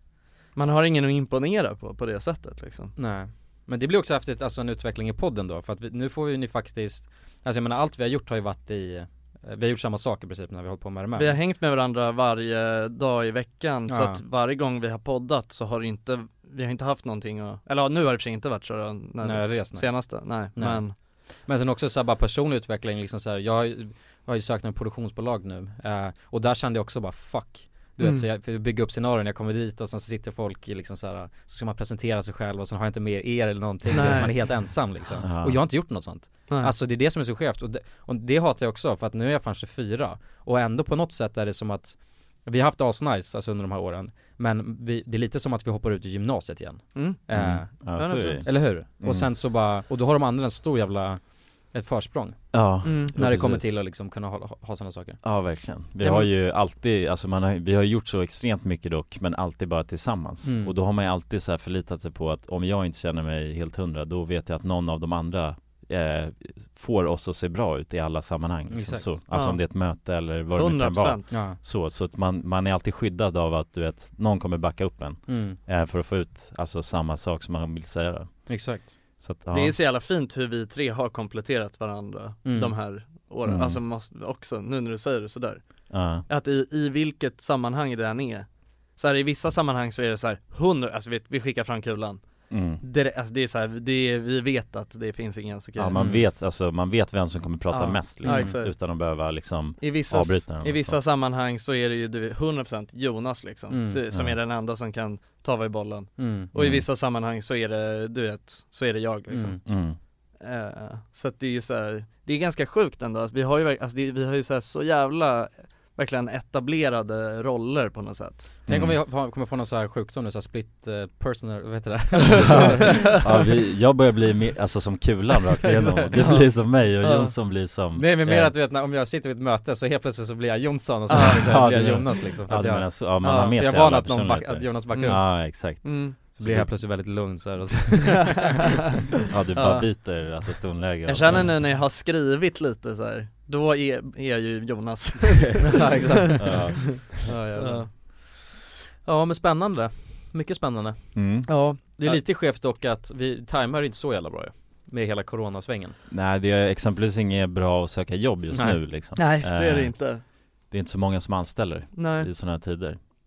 Man har ingen att imponera på på det sättet liksom. Nej. Men det blir också häftigt, alltså en utveckling i podden då. För att vi, nu får vi ni faktiskt, alltså jag menar allt vi har gjort har ju varit i, vi har gjort samma sak i princip när vi har hållit på med det med. Vi har hängt med varandra varje dag i veckan, så Ja. att varje gång vi har poddat så har det inte, vi har inte haft någonting att, eller ja, nu har det för sig inte varit så då, när När jag rest, nej. senaste, nej, Nej. men Men sen också så här, bara personlig utveckling liksom så här, jag har ju, jag har ju sökt en produktionsbolag nu eh, och där kände jag också bara fuck. Du Mm. vet, så jag för att bygga upp scenarion, jag kommer dit och sen så sitter folk i liksom så här, så ska man presentera sig själv och sen har jag inte mer er eller någonting. Nej. Man är helt ensam liksom. Ja. Och jag har inte gjort något sånt. nej. Alltså det är det som är så skevt och det, och det hatar jag också för att nu är jag fan tjugofyra och ändå på något sätt är det som att vi har haft asnice alltså under de här åren, men vi, det är lite som att vi hoppar ut i gymnasiet igen. Mm. Eh, Mm. Ja, så är det. Eller hur? Mm. Och sen så bara, och då har de andra en stor jävla ett försprång Ja, Mm. när det kommer precis. till att liksom kunna ha, ha, ha sådana saker. Ja, verkligen. Vi Ja, har men- ju alltid, alltså man har, vi har gjort så extremt mycket dock, men alltid bara tillsammans. Mm. Och då har man ju alltid så här förlitat sig på att om jag inte känner mig helt hundra, då vet jag att någon av de andra eh, får oss att se bra ut i alla sammanhang. Liksom. Exakt. Så. Alltså Ja. om det är ett möte eller vad det nu hundra kan vara. procent. Ja. Så, så att man, man är alltid skyddad av att du vet, någon kommer backa upp en Mm. eh, för att få ut alltså samma sak som man vill säga då. Exakt. Så att, ja. Det är så jävla fint hur vi tre har kompletterat varandra Mm. de här åren, Mm. alltså måste, också nu när du säger det sådär. Ja. Att i, i vilket sammanhang det än är, så här, i vissa sammanhang så är det så här hundra, alltså vi, vi skickar fram kulan. Mm. Det, alltså det är så här, det är, vi vet att det finns ingen så Ja, man Mm. vet, alltså, man vet vem som kommer prata Ja. mest Ja, liksom, exakt. utan att behöva liksom I vissa, avbryta den. i vissa sammanhang så är det ju du, hundra procent Jonas liksom, Mm. det, som Ja. är den enda som kan ta i bollen. Mm. Och i Mm. vissa sammanhang så är det, du vet, så är det jag liksom. Mm. Mm. Eh, så att det är ju så här, det är ganska sjukt ändå, alltså, vi har ju, verk- alltså, det, vi har ju så, här, så jävla verkligen etablerade roller på något sätt. Tänk om Mm. vi har, kommer få någon så här sjukdom nu, så här split uh, personal, vad heter det? Ja, vi, jag börjar bli mer, alltså som kulan rakt igenom. Du blir som mig och Ja. Jonsson blir som Nej men mer eh, att du vet, när, om jag sitter vid ett möte så helt plötsligt så blir jag Jonsson och så, Ah. så Ja, blir du jag menar- Jonas liksom för Ja, att du jag, menar så, ja, man Ja, har för med jag sig är van alla att, någon back, personligheter. att Jonas backar Mm. upp. Ja, exakt. Mm. Så blir jag helt plötsligt väldigt lugn så här och så. Ja, du bara Ja. byter alltså tonläge. Jag känner nu när jag har skrivit lite så här, då är, är jag ju Jonas. Ja, exakt. Ja. Ja, Ja. Ja men spännande, mycket spännande. Mm. ja. Det är lite skevt dock att vi tajmar inte så jävla bra ju, med hela coronasvängen. Nej, det är exempelvis inget bra att söka jobb just Nej. nu liksom. Nej, det är det Eh, inte. Det är inte så många som anställer Nej. i sådana här tider.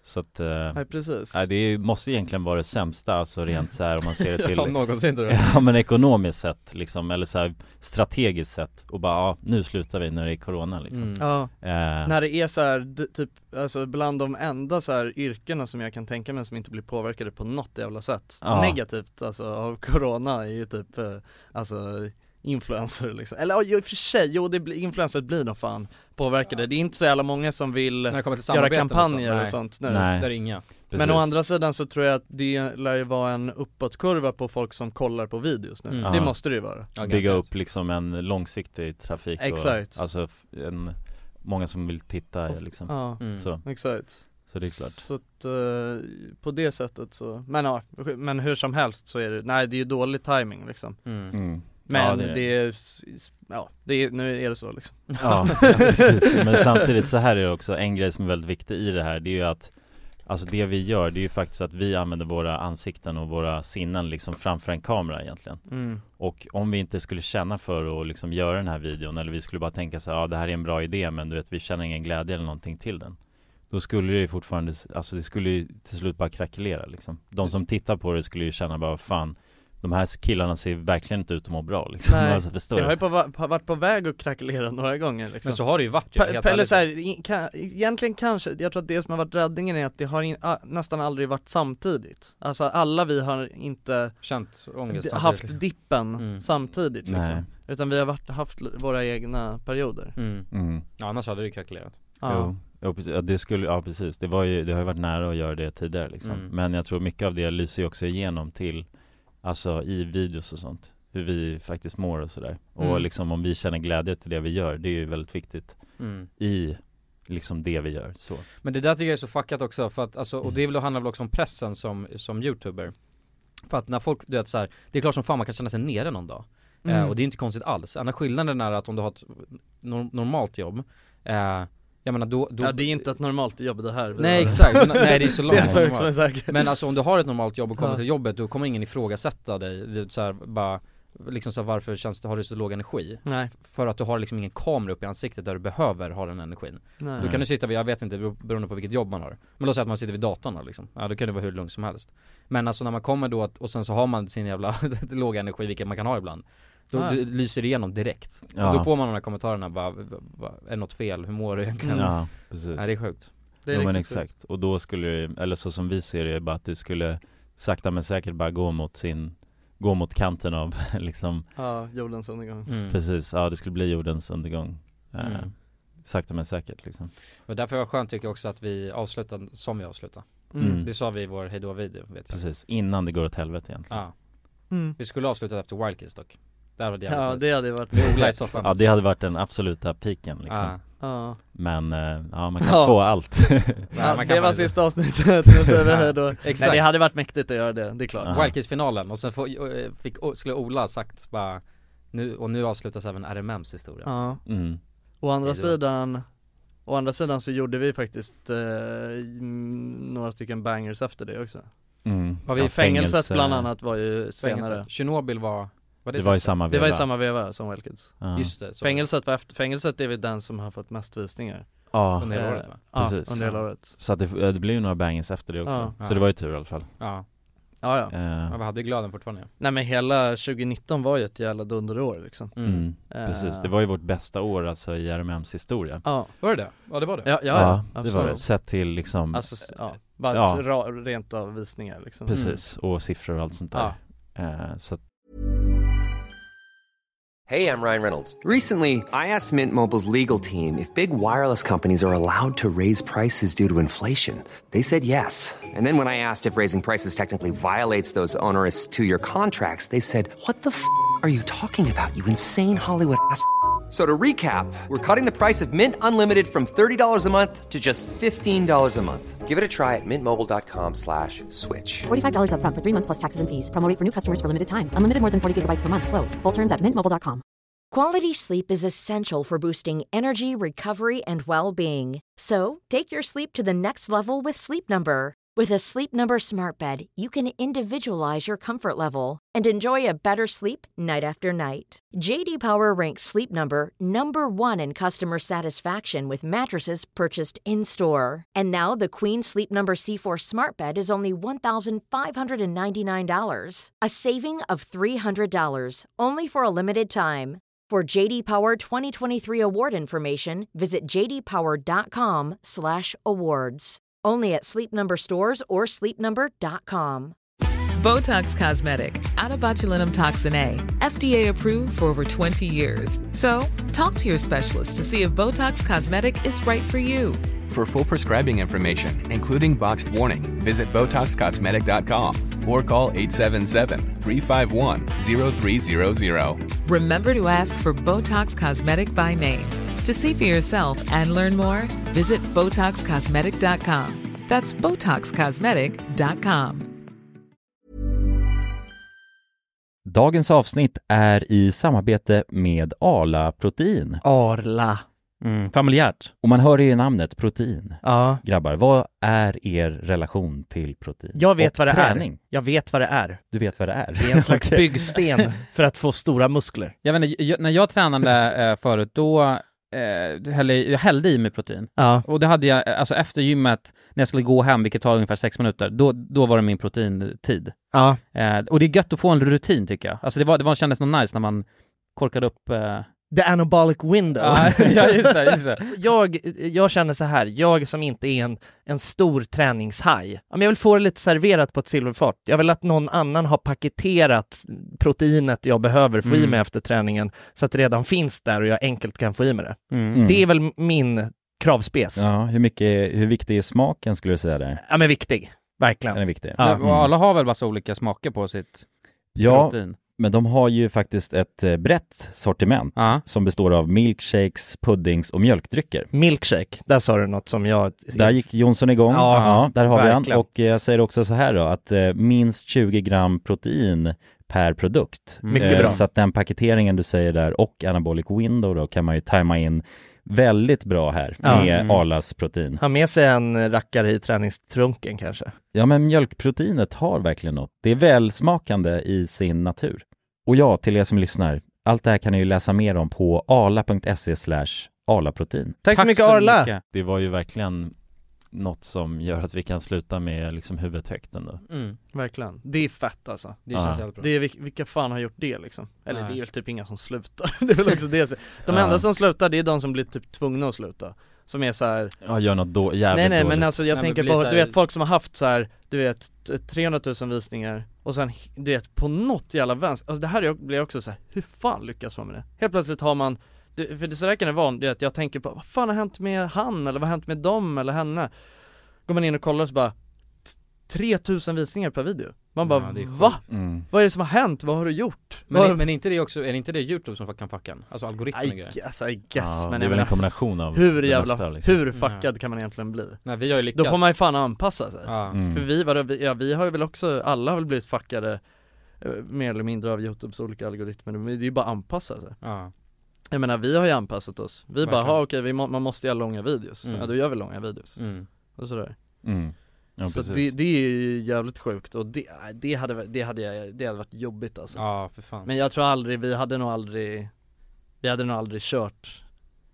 Så att, eh, Nej, precis. nej, det är, måste egentligen vara det sämsta, alltså rent så här om man ser det till Ja, någonsin tror jag. ja, men ekonomiskt sett liksom, eller så här strategiskt sett, och bara ja, nu slutar vi när det är corona liksom. Mm. Ja, Eh, när det är så här, d- typ, alltså bland de enda så här yrkena som jag kan tänka mig som inte blir påverkade på något jävla sätt Ja. negativt, alltså av corona, är ju typ, eh, alltså influencer liksom. Eller ja, i och för sig, jo det blir, influencer blir nog fan påverkade. Det är inte så jävla många som vill När det kommer till göra samarbeten kampanjer och, och, så. och sånt nu. Nej. Där är inga. precis. Men å andra sidan så tror jag att det lär ju vara en uppåtkurva på folk som kollar på videos nu. Mm. Det Ja. måste det ju vara. Ja, bygga garanterat. upp liksom en långsiktig trafik. Exakt. Och, alltså f- en, många som vill titta liksom. Ja, Mm. Så, exakt. så det är klart. Så att, eh, på det sättet så, men ja, men hur som helst så är det, nej det är ju dålig timing liksom. Mm. Mm. Men Ja, det, det är är, ja, det är, nu är det så liksom. Ja, ja, precis. Men samtidigt så här är det också en grej som är väldigt viktig i det här. Det är ju att, alltså det vi gör, det är ju faktiskt att vi använder våra ansikten och våra sinnen liksom framför en kamera egentligen. Mm. Och om vi inte skulle känna för att liksom göra den här videon, eller vi skulle bara tänka så här, ja det här är en bra idé, men du vet, vi känner ingen glädje eller någonting till den, då skulle det ju fortfarande, alltså det skulle ju till slut bara krackelera liksom. De som tittar på det skulle ju känna bara, fan, de här killarna ser verkligen inte ut att må bra liksom. Nej, Alltså, förstår jag har du? ju på, va- varit på väg att krackelera några gånger liksom. Men så har det ju varit ju, Pa- helt Eller ärligt. så här, i- kan, egentligen kanske, jag tror att det som har varit räddningen är att det har in, a, nästan aldrig varit samtidigt. Alltså alla vi har inte Känt ångest d- samtidigt. haft dippen Mm. samtidigt liksom. Nej. Utan vi har varit, haft l- våra egna perioder. Mm. Mm. Ja, annars hade det ju krackelerat. Ja. Jo, jo, precis. Ja, det skulle, ja precis, det var ju, det har ju varit nära att göra det tidigare liksom. Mm. Men jag tror mycket av det lyser ju också igenom till, alltså i videos och sånt, hur vi faktiskt mår och sådär. Och Mm. liksom om vi känner glädje till det vi gör, det är ju väldigt viktigt Mm. i liksom det vi gör, så. Men det där tycker jag är så fuckat också, för att alltså, och Mm. det vill handla väl också om pressen som, som youtuber. För att när folk, du vet så här, det är klart som fan man kan känna sig nere någon dag. Mm. Eh, och det är inte konstigt alls. Annars skillnaden är att om du har ett nor- normalt jobb, eh, jag menar då, då Ja, det är inte ett normalt jobb det här. Nej exakt, men, nej det är så långt. Det är så också säkert. Men alltså om du har ett normalt jobb och kommer Ja. till jobbet, då kommer ingen ifrågasätta dig. Det är så här, bara, liksom så här, varför känns det, har du så låg energi? Nej. För att du har liksom ingen kamera upp i ansiktet där du behöver ha den energin. Nej. Då kan du sitta vid, jag vet inte, beroende på vilket jobb man har. Men låt säga att man sitter vid datorn då, liksom. Ja, då kan det vara hur lugnt som helst. Men alltså när man kommer då att, och sen så har man sin jävla låga energi, vilket man kan ha ibland. Då Ja. det lyser det igenom direkt. Ja. Och då får man de här kommentarerna bara, va, va, är det något fel? Hur mår du egentligen? Mm. Ja, precis. Nej, det är sjukt. Det är Jo, men riktigt exakt. Och då skulle det, eller så som vi ser det, bara att det skulle sakta men säkert bara gå mot sin, gå mot kanten av liksom, Ja, jordens undergång. Mm. precis, ja det skulle bli jordens undergång. Eh, Mm. sakta men säkert liksom. Och därför var det skönt tycker jag också att vi avslutade som vi avslutade. Mm. Det sa vi i vår hejdå-video, vet jag. Precis, innan det går åt helvete egentligen. Ja. Mm. Vi skulle avsluta efter Wildkiss dock. Där var det Ja, det hade varit Vi Ola i soffan. Ja, det hade varit den absoluta piken liksom. Ja. Ja. Men eh, ja, man kan Ja. få allt. Nej, Ja, man kan det var bara- sista avsnittet, nu säger vi hej då. Exakt. Nej, det hade varit mäktigt att göra det, det är klart. Ja. Wildkiss-finalen och sen få, eh, fick, skulle Ola sagt bara nu, och nu avslutas även R M M's historia. Ja. Mm. Å andra Hej då. sidan Å andra sidan så gjorde vi faktiskt eh, mm, några stycken bangers efter det också. Mm. Var vi Ja, i Fängelset fängelse- bland annat var ju Fängelse. senare. Chernobyl var, var det, Det var i så? samma Det var i veva. samma veva som Wildkids. Ja. Just det, så. Fängelset var efter, fängelset är väl den som har fått mest visningar. Ja, Under hela Eh, året va? Ja, Precis. under hela året. så att det, det blev ju några bangers efter det också. Ja. Så det var ju tur i alla fall. Ja, Ja, ja. Eh, men vi hade ju glöden fortfarande. Nej men hela tjugonitton var ju ett jävla dunderår liksom. Mm. mm. Eh, Precis, det var ju vårt bästa år alltså i R M M's historia. Ja, Var det det? Ja det var det. ja, ja, ja, det var det. absolut. Sett till liksom, Alltså, s- ja, bara Ja. ett ra, rent av visningar liksom. precis, och siffror och allt sånt där. Ja. Eh, så att, Hey, I'm Ryan Reynolds. Recently, I asked Mint Mobile's legal team if big wireless companies are allowed to raise prices due to inflation. They said yes. And then when I asked if raising prices technically violates those onerous two-year contracts, they said, "What the f*** are you talking about, you insane Hollywood ass?" So to recap, we're cutting the price of Mint Unlimited from thirty dollars a month to just fifteen dollars a month. Give it a try at mintmobile.com slash switch. forty-five dollars up front for three months plus taxes and fees. Promo rate for new customers for limited time. Unlimited more than forty gigabytes per month slows. Full terms at mint mobile dot com. Quality sleep is essential for boosting energy, recovery, and well-being. So, take your sleep to the next level with Sleep Number. With a Sleep Number Smart Bed, you can individualize your comfort level and enjoy a better sleep night after night. J D Power ranks Sleep Number number one in customer satisfaction with mattresses purchased in-store. And now the Queen Sleep Number C four Smart Bed is only one thousand five hundred ninety-nine dollars, a saving of three hundred dollars, only for a limited time. For J D Power twenty twenty-three award information, visit j d power dot com slash awards. Only at Sleep Number stores or sleep number dot com. Botox Cosmetic, out of botulinum toxin A, F D A approved for over twenty years. So, talk to your specialist to see if Botox Cosmetic is right for you. For full prescribing information, including boxed warning, visit botox cosmetic dot com or call eight seven seven, three five one, zero three zero zero. Remember to ask for Botox Cosmetic by name. To see for yourself and learn more, visit botox cosmetic dot com. That's botox cosmetic dot com. Dagens avsnitt är i samarbete med Arla Protein. Arla. Mm, familjärt. Och man hör ju i namnet protein. Ja. Grabbar, vad är er relation till protein? Jag vet och vad det träning? är. Jag vet vad det är. Du vet vad det är? Det är en slags byggsten för att få stora muskler. Jag vet inte, jag, när jag tränade eh, förut, då eh, hällde, jag hällde i mig protein. Ja. Och det hade jag, alltså efter gymmet, när jag skulle gå hem, vilket tar ungefär sex minuter, då, då var det min proteintid. Ja. Eh, och det är gött att få en rutin, tycker jag. Alltså det, var, det var, kändes något nice när man korkade upp... Eh... The anabolic window. Ja, just det, just det. jag, jag känner så här, jag som inte är en, en stor träningshaj, jag vill få det lite serverat på ett silverfat. Jag vill att någon annan har paketerat proteinet jag behöver få mm. i mig efter träningen, så att det redan finns där och jag enkelt kan få i mig det. Mm. Det är väl min kravspes. Ja, hur mycket, hur viktig är smaken, skulle du säga där? Ja, men viktig. Verkligen. Den är viktig. Ja. Mm. Och alla har väl massa olika smaker på sitt ja. protein. Men de har ju faktiskt ett brett sortiment ja. som består av milkshakes, puddings och mjölkdrycker. Milkshake, där sa du något som jag... Där gick Jonsson igång. Ja, ja där har verkligen. vi han. Och jag säger också så här då, att eh, minst tjugo gram protein per produkt. Mycket eh, bra. Så att den paketeringen du säger där och anabolic window då kan man ju tajma in väldigt bra här med ja. mm. Arlas protein. Ha med sig en rackare i träningstrunken kanske. Ja, men mjölkproteinet har verkligen något. Det är välsmakande i sin natur. Och ja, till er som lyssnar, allt det här kan ni ju läsa mer om på arla.se slash arlaprotein. Tack så mycket, Arla! Mycket. Det var ju verkligen något som gör att vi kan sluta med liksom huvudet högt ändå. Mm, verkligen. Det är fett alltså. Det känns jävligt bra. Det är, vilka fan har gjort det liksom? Eller Nej. Det är väl typ inga som slutar. Det är väl också det. De enda som slutar, det är de som blir typ tvungna att sluta. Som är så här. Ja, gör något då jävligt Nej nej dåligt. men alltså jag nej, tänker på här... du vet folk som har haft så här, du vet trehundratusen visningar och sen du vet på något jävla vänster. Alltså det här blir också så här, hur fan lyckas man med det? Helt plötsligt har man det, för det så där kan det vara, det att jag tänker på vad fan har hänt med han eller vad har hänt med dem eller henne? Går man in och kollar så bara tre tusen visningar per video. Man bara, ja, va? Mm. Vad är det som har hänt? Vad har du gjort? Men, Vad... men inte det också, är det inte det YouTube som kan fucka en? Alltså algoritmen och grejer? Alltså I guess, ja, men det är väl en kombination av hur jävla, nästa, liksom. hur fuckad ja. kan man egentligen bli? Nej, vi har ju lyckats. Då får man ju fan anpassa sig. Ja. Mm. För vi, var, ja, vi har ju väl också, alla har väl blivit fuckade eh, mer eller mindre av YouTubes olika algoritmer. Men det är ju bara anpassa sig. Ja. Jag menar, vi har ju anpassat oss. Vi Verkligen. bara, ha okej, vi må, man måste göra långa videos. Mm. Ja, då gör vi långa videos. Mm. Och sådär. Mm. Ja, så det, det är ju jävligt sjukt och det, det, hade, det, hade, jag, det hade varit jobbigt alltså. Ja, för fan. Men jag tror aldrig, vi hade nog aldrig Vi hade nog aldrig kört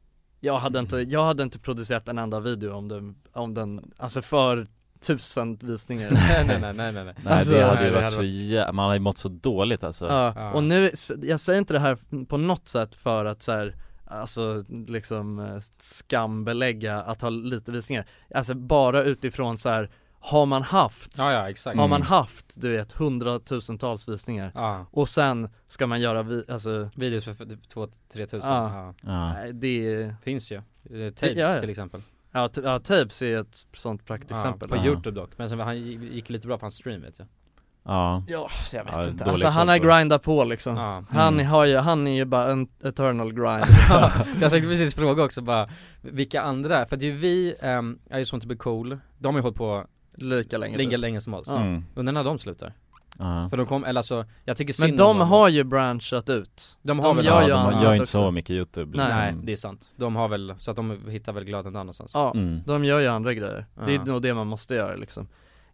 Jag hade, mm. inte, jag hade inte producerat en enda video om den, om den alltså för tusen visningar. nej, nej, nej, nej, nej. Nej, alltså, det hade ju nej, varit hade så varit... jä... man hade ju mått så dåligt alltså. Ja, ja. och nu, jag säger inte det här på något sätt för att så här, alltså liksom skambelägga att ha lite visningar. Alltså bara utifrån så här, har man haft ja, ja, exakt. har man haft, du vet, hundratusentals visningar ja. och sen ska man göra vi, alltså, videos för två till tre tusen. Ja. Ja. Nej, det finns ju tapes ja, ja. till exempel. Ja, t- ja, tapes är ett sånt praktexempel. Ja, på ja. YouTube dock, men sen han gick lite bra på hans stream, vet jag. Ja, ja jag vet ja, inte. Alltså han har grindat på liksom. Ja. Han Mm. har ju, han är ju bara en eternal grind. Jag tänkte precis fråga också bara, vilka andra, för det är ju vi, um, I just want to be cool, de har ju hållit på lika länge länge, typ. länge som oss. Mm. Undrar när de slutar. Ja. För de kom, eller alltså, jag tycker synd Men de om har ju branchat ut. De har de väl, gör ja, ju de annat gör inte också. så mycket YouTube liksom. Nej, det är sant. De har väl, så att de hittar väl glöden där någonstans. Ja, Mm. de gör ju andra grejer. Ja. Det är nog det man måste göra liksom.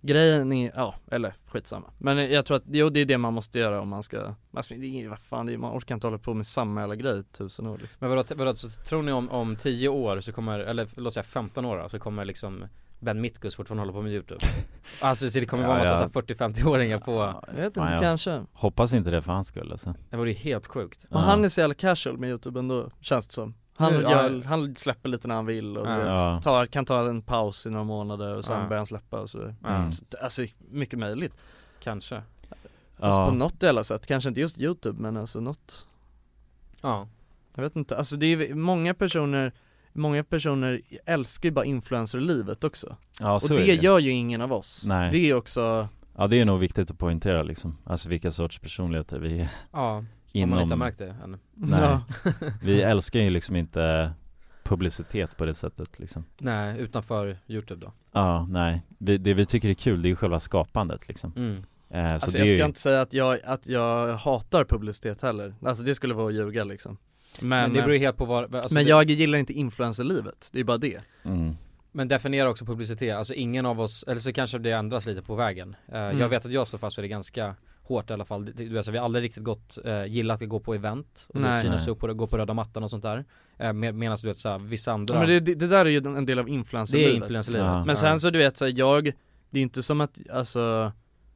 grejen är, ja, eller skitsamma. Men jag tror att jo, det är det man måste göra om man ska, alltså, det är, vad fan, det är, man orkar inte hålla på med samma jävla grej i tusen år liksom. Men vadå, vadå så tror ni om, om tio år så kommer, eller låt säga femton år så kommer liksom Ben Mitkus fortfarande hålla på med YouTube? Alltså så det kommer Ja, vara massa ja. fyrtio-femtio-åringar på. Ja, jag vet inte, Ja, jag kanske. Hoppas inte det för hans skull alltså. Det vore ju helt sjukt. Men Ja. han är så jävla casual med YouTube ändå, känns det som. Han, Nu, gör, ja. han släpper lite när han vill och Ja. du vet, Ja. tar, kan ta en paus i några månader och sen Ja. börjar han släppa och sådär. Ja. Så, alltså mycket möjligt. Kanske. Alltså Ja. på något jävla sätt, kanske inte just YouTube men alltså något. Ja. Jag vet inte, alltså det är många personer Många personer älskar ju bara influencerlivet också. Ja, och så det, är det gör ju ingen av oss. Nej. Det är också. Ja, det är nog viktigt att poängtera liksom. Alltså vilka sorts personligheter vi är. Ja, om inom... man inte har märkt det ännu. Nej, Ja. vi älskar ju liksom inte publicitet på det sättet liksom. Nej, utanför YouTube då. Ja, nej. Det, det vi tycker är kul, det är ju själva skapandet liksom. Mm. eh, så Alltså det jag är ska ju... inte säga att jag, att jag hatar publicitet heller. Alltså det skulle vara att ljuga liksom. Men, Men det beror ju helt på vad alltså men det, jag gillar inte influencerlivet. Det är bara det. mm. Men definiera också publicitet, alltså ingen av oss, eller så kanske det ändras lite på vägen. uh, Mm. Jag vet att jag står fast för det ganska hårt i alla fall. Det, det, alltså, vi har aldrig riktigt gått, uh, gillat att gå på event och Nej. det synas Nej. upp och gå på röda mattan och sånt där. uh, med, Medan du vet såhär, vissa andra, Ja, men det, det, det där är ju en del av det influencerlivet. är influencerlivet. Ja. Men sen så du vet så här, jag, det är inte som att, alltså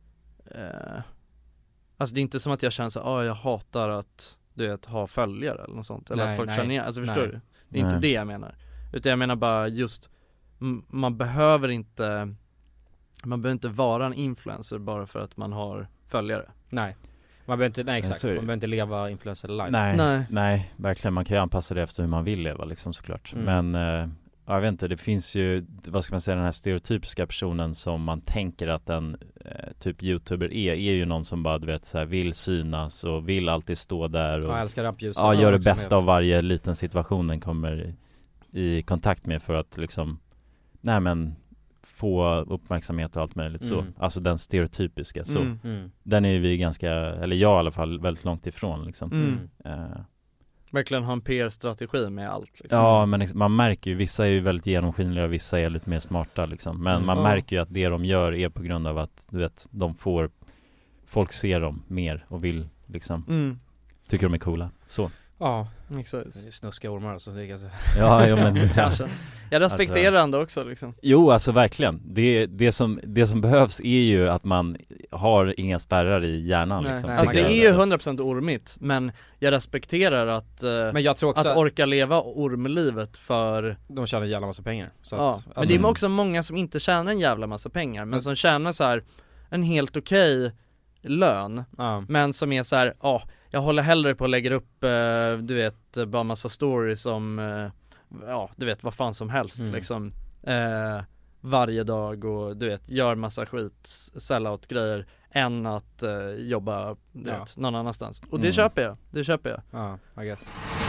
eh, Alltså det är inte som att jag känner så ah, jag hatar att du vet, ha följare eller något sånt. Eller Nej, att folk nej, känner igen, alltså förstår nej. du? Det är inte Nej. det jag menar. Utan jag menar bara just m- man behöver inte Man behöver inte vara en influencer bara för att man har följare. Nej, man behöver inte, nej Ja, exakt, så är man det. behöver inte leva influencer life. Nej, Nej. nej. verkligen. Man kan ju anpassa det efter hur man vill leva liksom såklart. Mm. Men eh, ja, jag vet inte, det finns ju, vad ska man säga, den här stereotypiska personen som man tänker att en eh, typ YouTuber är, är ju någon som bara du vet så här, vill synas och vill alltid stå där och Ja, jag älskar rampljuset. ja, gör det liksom bästa av varje liten situation den kommer i, i kontakt med för att liksom, nej men få uppmärksamhet och allt möjligt så. Mm. Alltså den stereotypiska så. Mm. Mm. Den är ju vi ganska, eller jag i alla fall, väldigt långt ifrån liksom. Mm. Eh, Verkligen ha en P R-strategi med allt liksom. Ja, men ex- man märker ju, vissa är ju väldigt genomskinliga och vissa är lite mer smarta liksom. Men Mm. man Ja. märker ju att det de gör är på grund av att, du vet, de får, folk ser dem mer och vill liksom, Mm. tycker de är coola. Så. Ja, Exakt. det är snuska ormar och så det kan säga. Ja, jo, men Kanske. Jag respekterar ändå också liksom. Jo, alltså verkligen. Det, det, som, det som behövs är ju att man har inga spärrar i hjärnan Nej. liksom. Nej, Alltså man det kan är göra ju hundra procent ormigt, men jag respekterar att eh, Men jag tror också att orka leva ormlivet för de tjänar en jävla massa pengar så ja. att, Men alltså, det är också många som inte tjänar en jävla massa pengar, men Men- som tjänar så här en helt okej lön, ja. men som är så här, ja, jag håller hellre på att lägga upp eh, du vet, bara massa stories om eh, ja, du vet, vad fan som helst Mm. liksom eh, varje dag och du vet, gör massa skit, sellout grejer än att eh, jobba du Ja. vet, någon annanstans. Och det Mm. köper jag, det köper jag. Ja, I guess.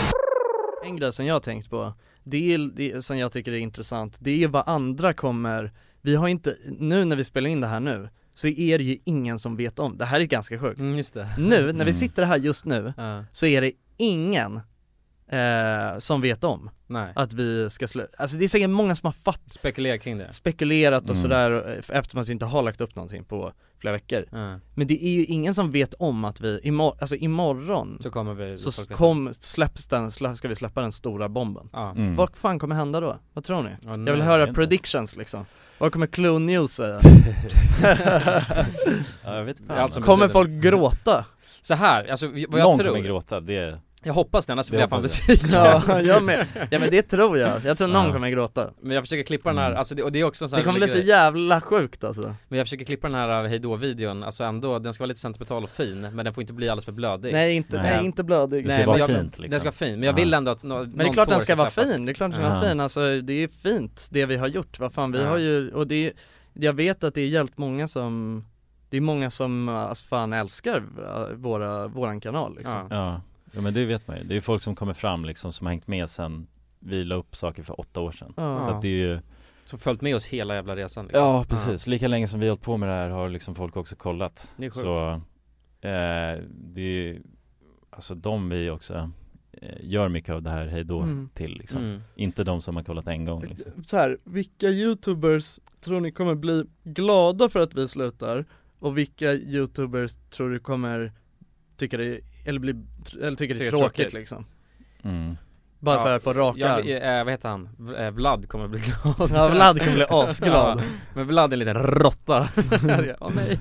En grej som jag har tänkt på, det är, det som jag tycker är intressant, det är vad andra kommer, vi har inte, nu när vi spelar in det här nu, så är det ju ingen som vet om, det här är ganska sjukt. Mm, just det. Nu, när vi Mm. sitter här just nu, Ja. så är det ingen eh, som vet om Nej. att vi ska sluta. Alltså det är säkert många som har fatt, Spekulera kring det. spekulerat och Mm. sådär eh, eftersom att vi inte har lagt upp någonting på flera veckor. Ja. Men det är ju ingen som vet om att vi, imor- alltså imorgon Så kommer vi så folk veta. kom, släpps den, slä, ska vi släppa den stora bomben. Ja. Mm. Vad fan kommer hända då? Vad tror ni? Ja, Jag vill nej, jag höra vet inte. predictions liksom. Vad kommer Clue News säga? Ja, jag vet Det fan. är allt som Kommer betyder- folk gråta? Så här, alltså vi- vad jag Någon tror, kommer gråta, det jag hoppas det, annars Det blir jag fan hoppas besviken. Ja, jag med. Ja men det tror jag. Jag tror någon Ja. kommer gråta. Men jag försöker klippa den här, Mm. alltså det, och det är också en sån här Det kommer bli rolig så grej. jävla sjukt alltså. Men jag försöker klippa den här hejdå-videon, alltså ändå, den ska vara lite sentimental och fin, men den får inte bli alldeles för blödig. Nej inte, nej, Nej. inte blödig. Det ska Nej, vara men jag, fint, liksom. Den ska vara fin, men jag Ja. vill ändå att no, Men det är klart den ska vara fin, det är klart den ska vara Ja. fin, alltså det är fint det vi har gjort, vad fan vi Ja. har ju, och det är, jag vet att det är hjälpt många som, det är många som alltså fan älskar äh, våra, våran kanal liksom. Ja. Ja. Ja, men det vet man ju. Det är ju folk som kommer fram liksom, som har hängt med sen vi la upp saker för åtta år sedan. Ja. Så att det är ju, Så följt med oss hela jävla resan liksom. ja precis, lika länge som vi har hållit på med det här har liksom folk också kollat. Det är sjukt. Så eh, det är ju, alltså de vi också eh, gör mycket av det här hejdå Mm. till liksom. Mm. Inte de som har kollat en gång liksom. Så här, vilka youtubers tror ni kommer bli glada för att vi slutar? Och vilka YouTubers tror du kommer tycka det, eller, bli, eller tycker det är tråkigt, tråkigt liksom? Mm. Bara ja, så här på raka. Ja, äh, vad heter han? V- Vlad kommer bli glad. Ja, Vlad kommer bli asglad. Ja, men Vlad är en liten råtta. Åh nej.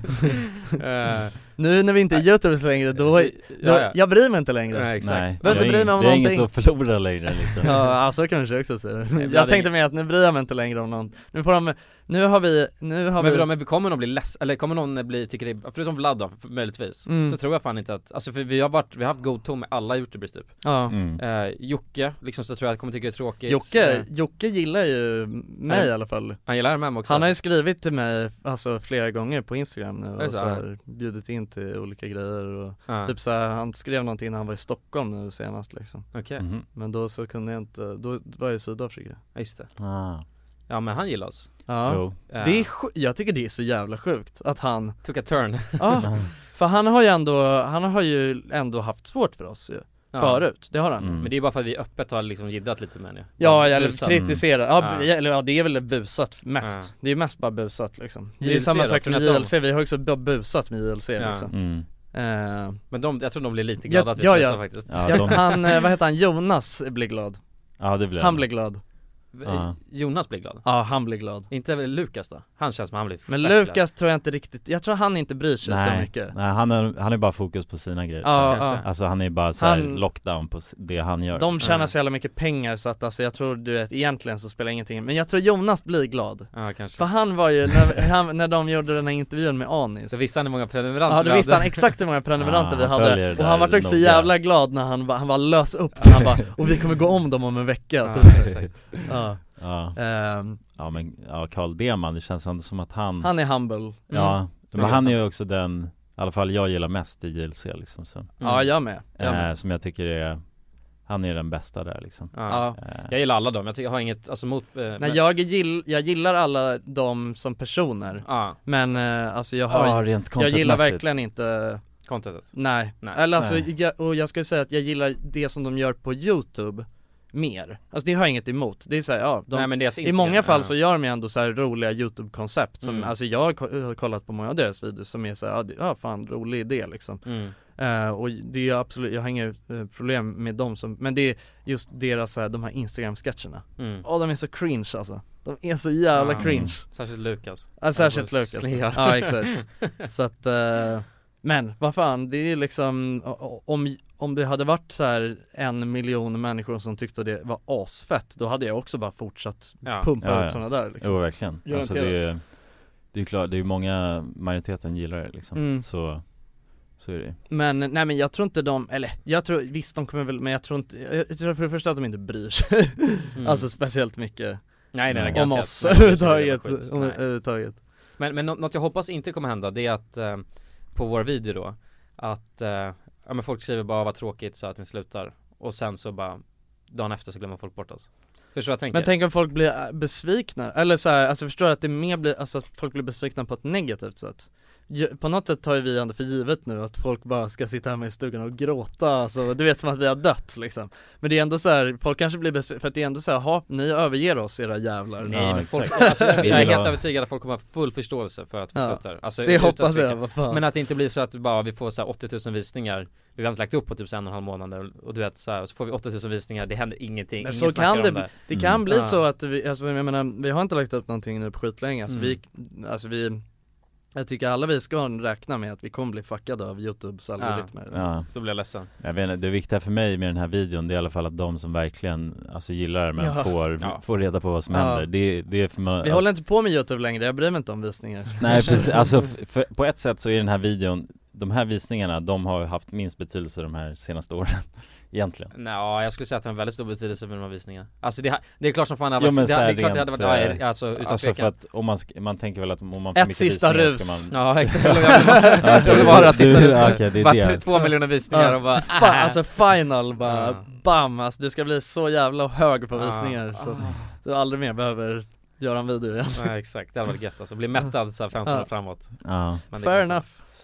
uh, nu när vi inte är YouTubers längre, då, då ja, ja. jag bryr mig inte längre. Nej, exakt. Nej, jag inte bry mig om det är någonting. inget att förlora längre liksom. Ja, alltså kanske jag också säger. Nej, jag tänkte mer att nu bryr jag mig inte längre om någon. Nu får de, nu har vi, nu har men, vi då, men kommer någon bli less, eller kommer någon bli, tycker det, förutom Vlad då, möjligtvis, mm. så tror jag fan inte att, alltså för vi har varit, vi har haft god ton med alla YouTubers typ. Ja. Mm. Uh, Jocke, liksom så tror jag att kommer tycka det är tråkigt. Jocke, uh. Jocke gillar ju mig i alla fall. Han gillar mig också. Han har ju skrivit till mig, alltså flera gånger på Instagram nu och så, så här, bjudit in till olika grejer och uh. typ så här, han skrev någonting när han var i Stockholm nu senast liksom. Okej. Okay. Mm-hmm. Men då så kunde jag inte, då var jag i Sydafrika. Ja, just det. Ah. Ja, men han gillar oss. Ja, uh. det är sj- jag tycker det är så jävla sjukt att han took a turn. Ja, för han har ju ändå, han har ju ändå haft svårt för oss ju. Ja. Förut, det har han. Mm. Men det är bara för att vi öppet har liksom giddat lite med det. Ja, eller kritiserat. Ja, ja. Eller ja, det är väl busat mest. Ja. Det är mest bara busat liksom. Det är ju samma sak med J L C, vi har också busat med J L C ja. liksom. Mm. Uh, men de, jag tror de blir lite glada ja, att vi ja, slutar ja. faktiskt. Ja, de... Han, vad heter han? Jonas blir glad. Ja, det blir han. blir glad. Uh. Jonas blir glad. Ja, han blir glad. Inte Lukas då? Han känns som han blir. Men Lukas glad. Tror jag inte riktigt. Jag tror han inte bryr sig nej, så mycket. Nej, han är han är bara fokus på sina grejer. Ja, ja. Alltså han är bara så här han, lockdown på det han gör. De tjänar så jävla mycket pengar så att alltså jag tror du vet egentligen så spelar ingenting. Men jag tror Jonas blir glad. Ja, kanske. För han var ju när, han, när de gjorde den här intervjun med Anis. Så visste han hur många prenumeranter. Ja, då visste han exakt hur många prenumeranter ja, vi hade. Och han var också så jävla glad när han han var lös upp. Han bara, och vi kommer gå om dem om en vecka. Ja, typ. Ja. Ja. Um, ja men ja, Carl Deman, det känns ändå som att han Han är humble. Ja, mm. men han är ju också den i alla fall jag gillar mest i J L C liksom så. Mm. Ja, jag med, jag med. Eh, som jag tycker är han är den bästa där liksom. Ja. Eh. Jag gillar alla dem. Jag tycker jag har inget alltså mot eh, Nej, jag gill, jag gillar alla dem som personer. Ja. Men eh, alltså jag har ja, rent jag gillar verkligen inte contentet. Nej. Nej. Eller alltså Nej. Jag, och jag skulle säga att jag gillar det som de gör på YouTube mer. Alltså det har jag inget emot. Det är så här, ja, de, Nej, men det är i många fall ja. så gör de ändå så här roliga YouTube-koncept som, mm. alltså jag har kollat på många av deras videos som är så här, ja, det, ja fan, rolig idé liksom. Mm. Uh, och det är absolut, jag har inga uh, problem med dem som, men det är just deras, uh, de här Instagram-sketcherna. Åh, mm. oh, de är så cringe alltså. De är så jävla ja, cringe. Mm. Särskilt Lukas. Ja, särskilt Lukas. Ja, exakt. Så att, uh, men vad fan, det är liksom, om om det hade varit så här en miljon människor som tyckte det var asfett, då hade jag också bara fortsatt ja. pumpa ja, ut sådana där liksom. Jo, verkligen. Alltså det är det är klart, det är ju många, majoriteten gillar det liksom. Mm. Så så är det. Men nej, men jag tror inte de, eller jag tror visst de kommer väl, men jag tror inte, jag tror för det första att de inte bryr sig. Mm. Alltså speciellt mycket. Nej, nej, nej, om oss överhuvudtaget, överhuvudtaget. Men men något jag hoppas inte kommer hända, det är att eh, på vår video då att eh, ja, men folk skriver bara vad tråkigt så att den slutar. Och sen så bara dagen efter så glömmer folk bort oss. Förstår jag tänker? Men tänk om folk blir besvikna. Eller så här, alltså förstår jag att det mer blir, alltså att folk blir besvikna på ett negativt sätt. På något sätt tar ju vi ändå för givet nu att folk bara ska sitta hemma i stugan och gråta, alltså, du vet som att vi har dött liksom. Men det är ändå så här, folk kanske blir besvikna för att det är ändå så här, ha, ni överger oss era jävlar. Nej, ja, men folk, alltså, jag är helt övertygad att folk kommer ha full förståelse för att vi ja, slutar. Alltså, det hoppas jag, vad fan. Men att det inte blir så att bara vi får så här åttio tusen visningar. Vi har inte lagt upp på typ så en och en halv månad och du vet så här, så får vi åttio tusen visningar, det händer ingenting. Men ingen så kan det, det. det kan mm. bli ja. så att vi, alltså jag menar, vi har inte lagt upp någonting nu på skitlänge, alltså mm. vi, alltså vi jag tycker alla vi ska räkna med att vi kommer bli fuckade av YouTubes algoritmer. Ja. Ja. Då blir jag ledsen. Jag vet inte, det viktiga för mig med den här videon det är i alla fall att de som verkligen alltså gillar det men ja. Får, ja. får reda på vad som ja. händer. Det, det är för man, vi alltså, håller inte på med YouTube längre, jag bryr mig inte om visningar. Nej precis, alltså för, på ett sätt så är den här videon, de här visningarna, de har haft minst betydelse de här senaste åren. Egentligen. Nej, jag skulle säga att det har en väldigt stor betydelse med de här visningarna. Alltså det, det är klart som fan det, jo, men det, det, det är klart det hade varit, ja, alltså utan alltså tvekan. för att om man, man tänker väl att om man ett sista rus ska man... Ja, exakt. Jag vill bara sista rus. Okay, det är bara det. två miljoner visningar och bara Fan, alltså final bara ja. bam, alltså du ska bli så jävla hög på visningar ja. så att du aldrig mer behöver göra en video igen. Nej, exakt. Det hade varit gött alltså. Bli mättad så här femton år ja. framåt. Ja. Men fair enough.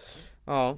Ja.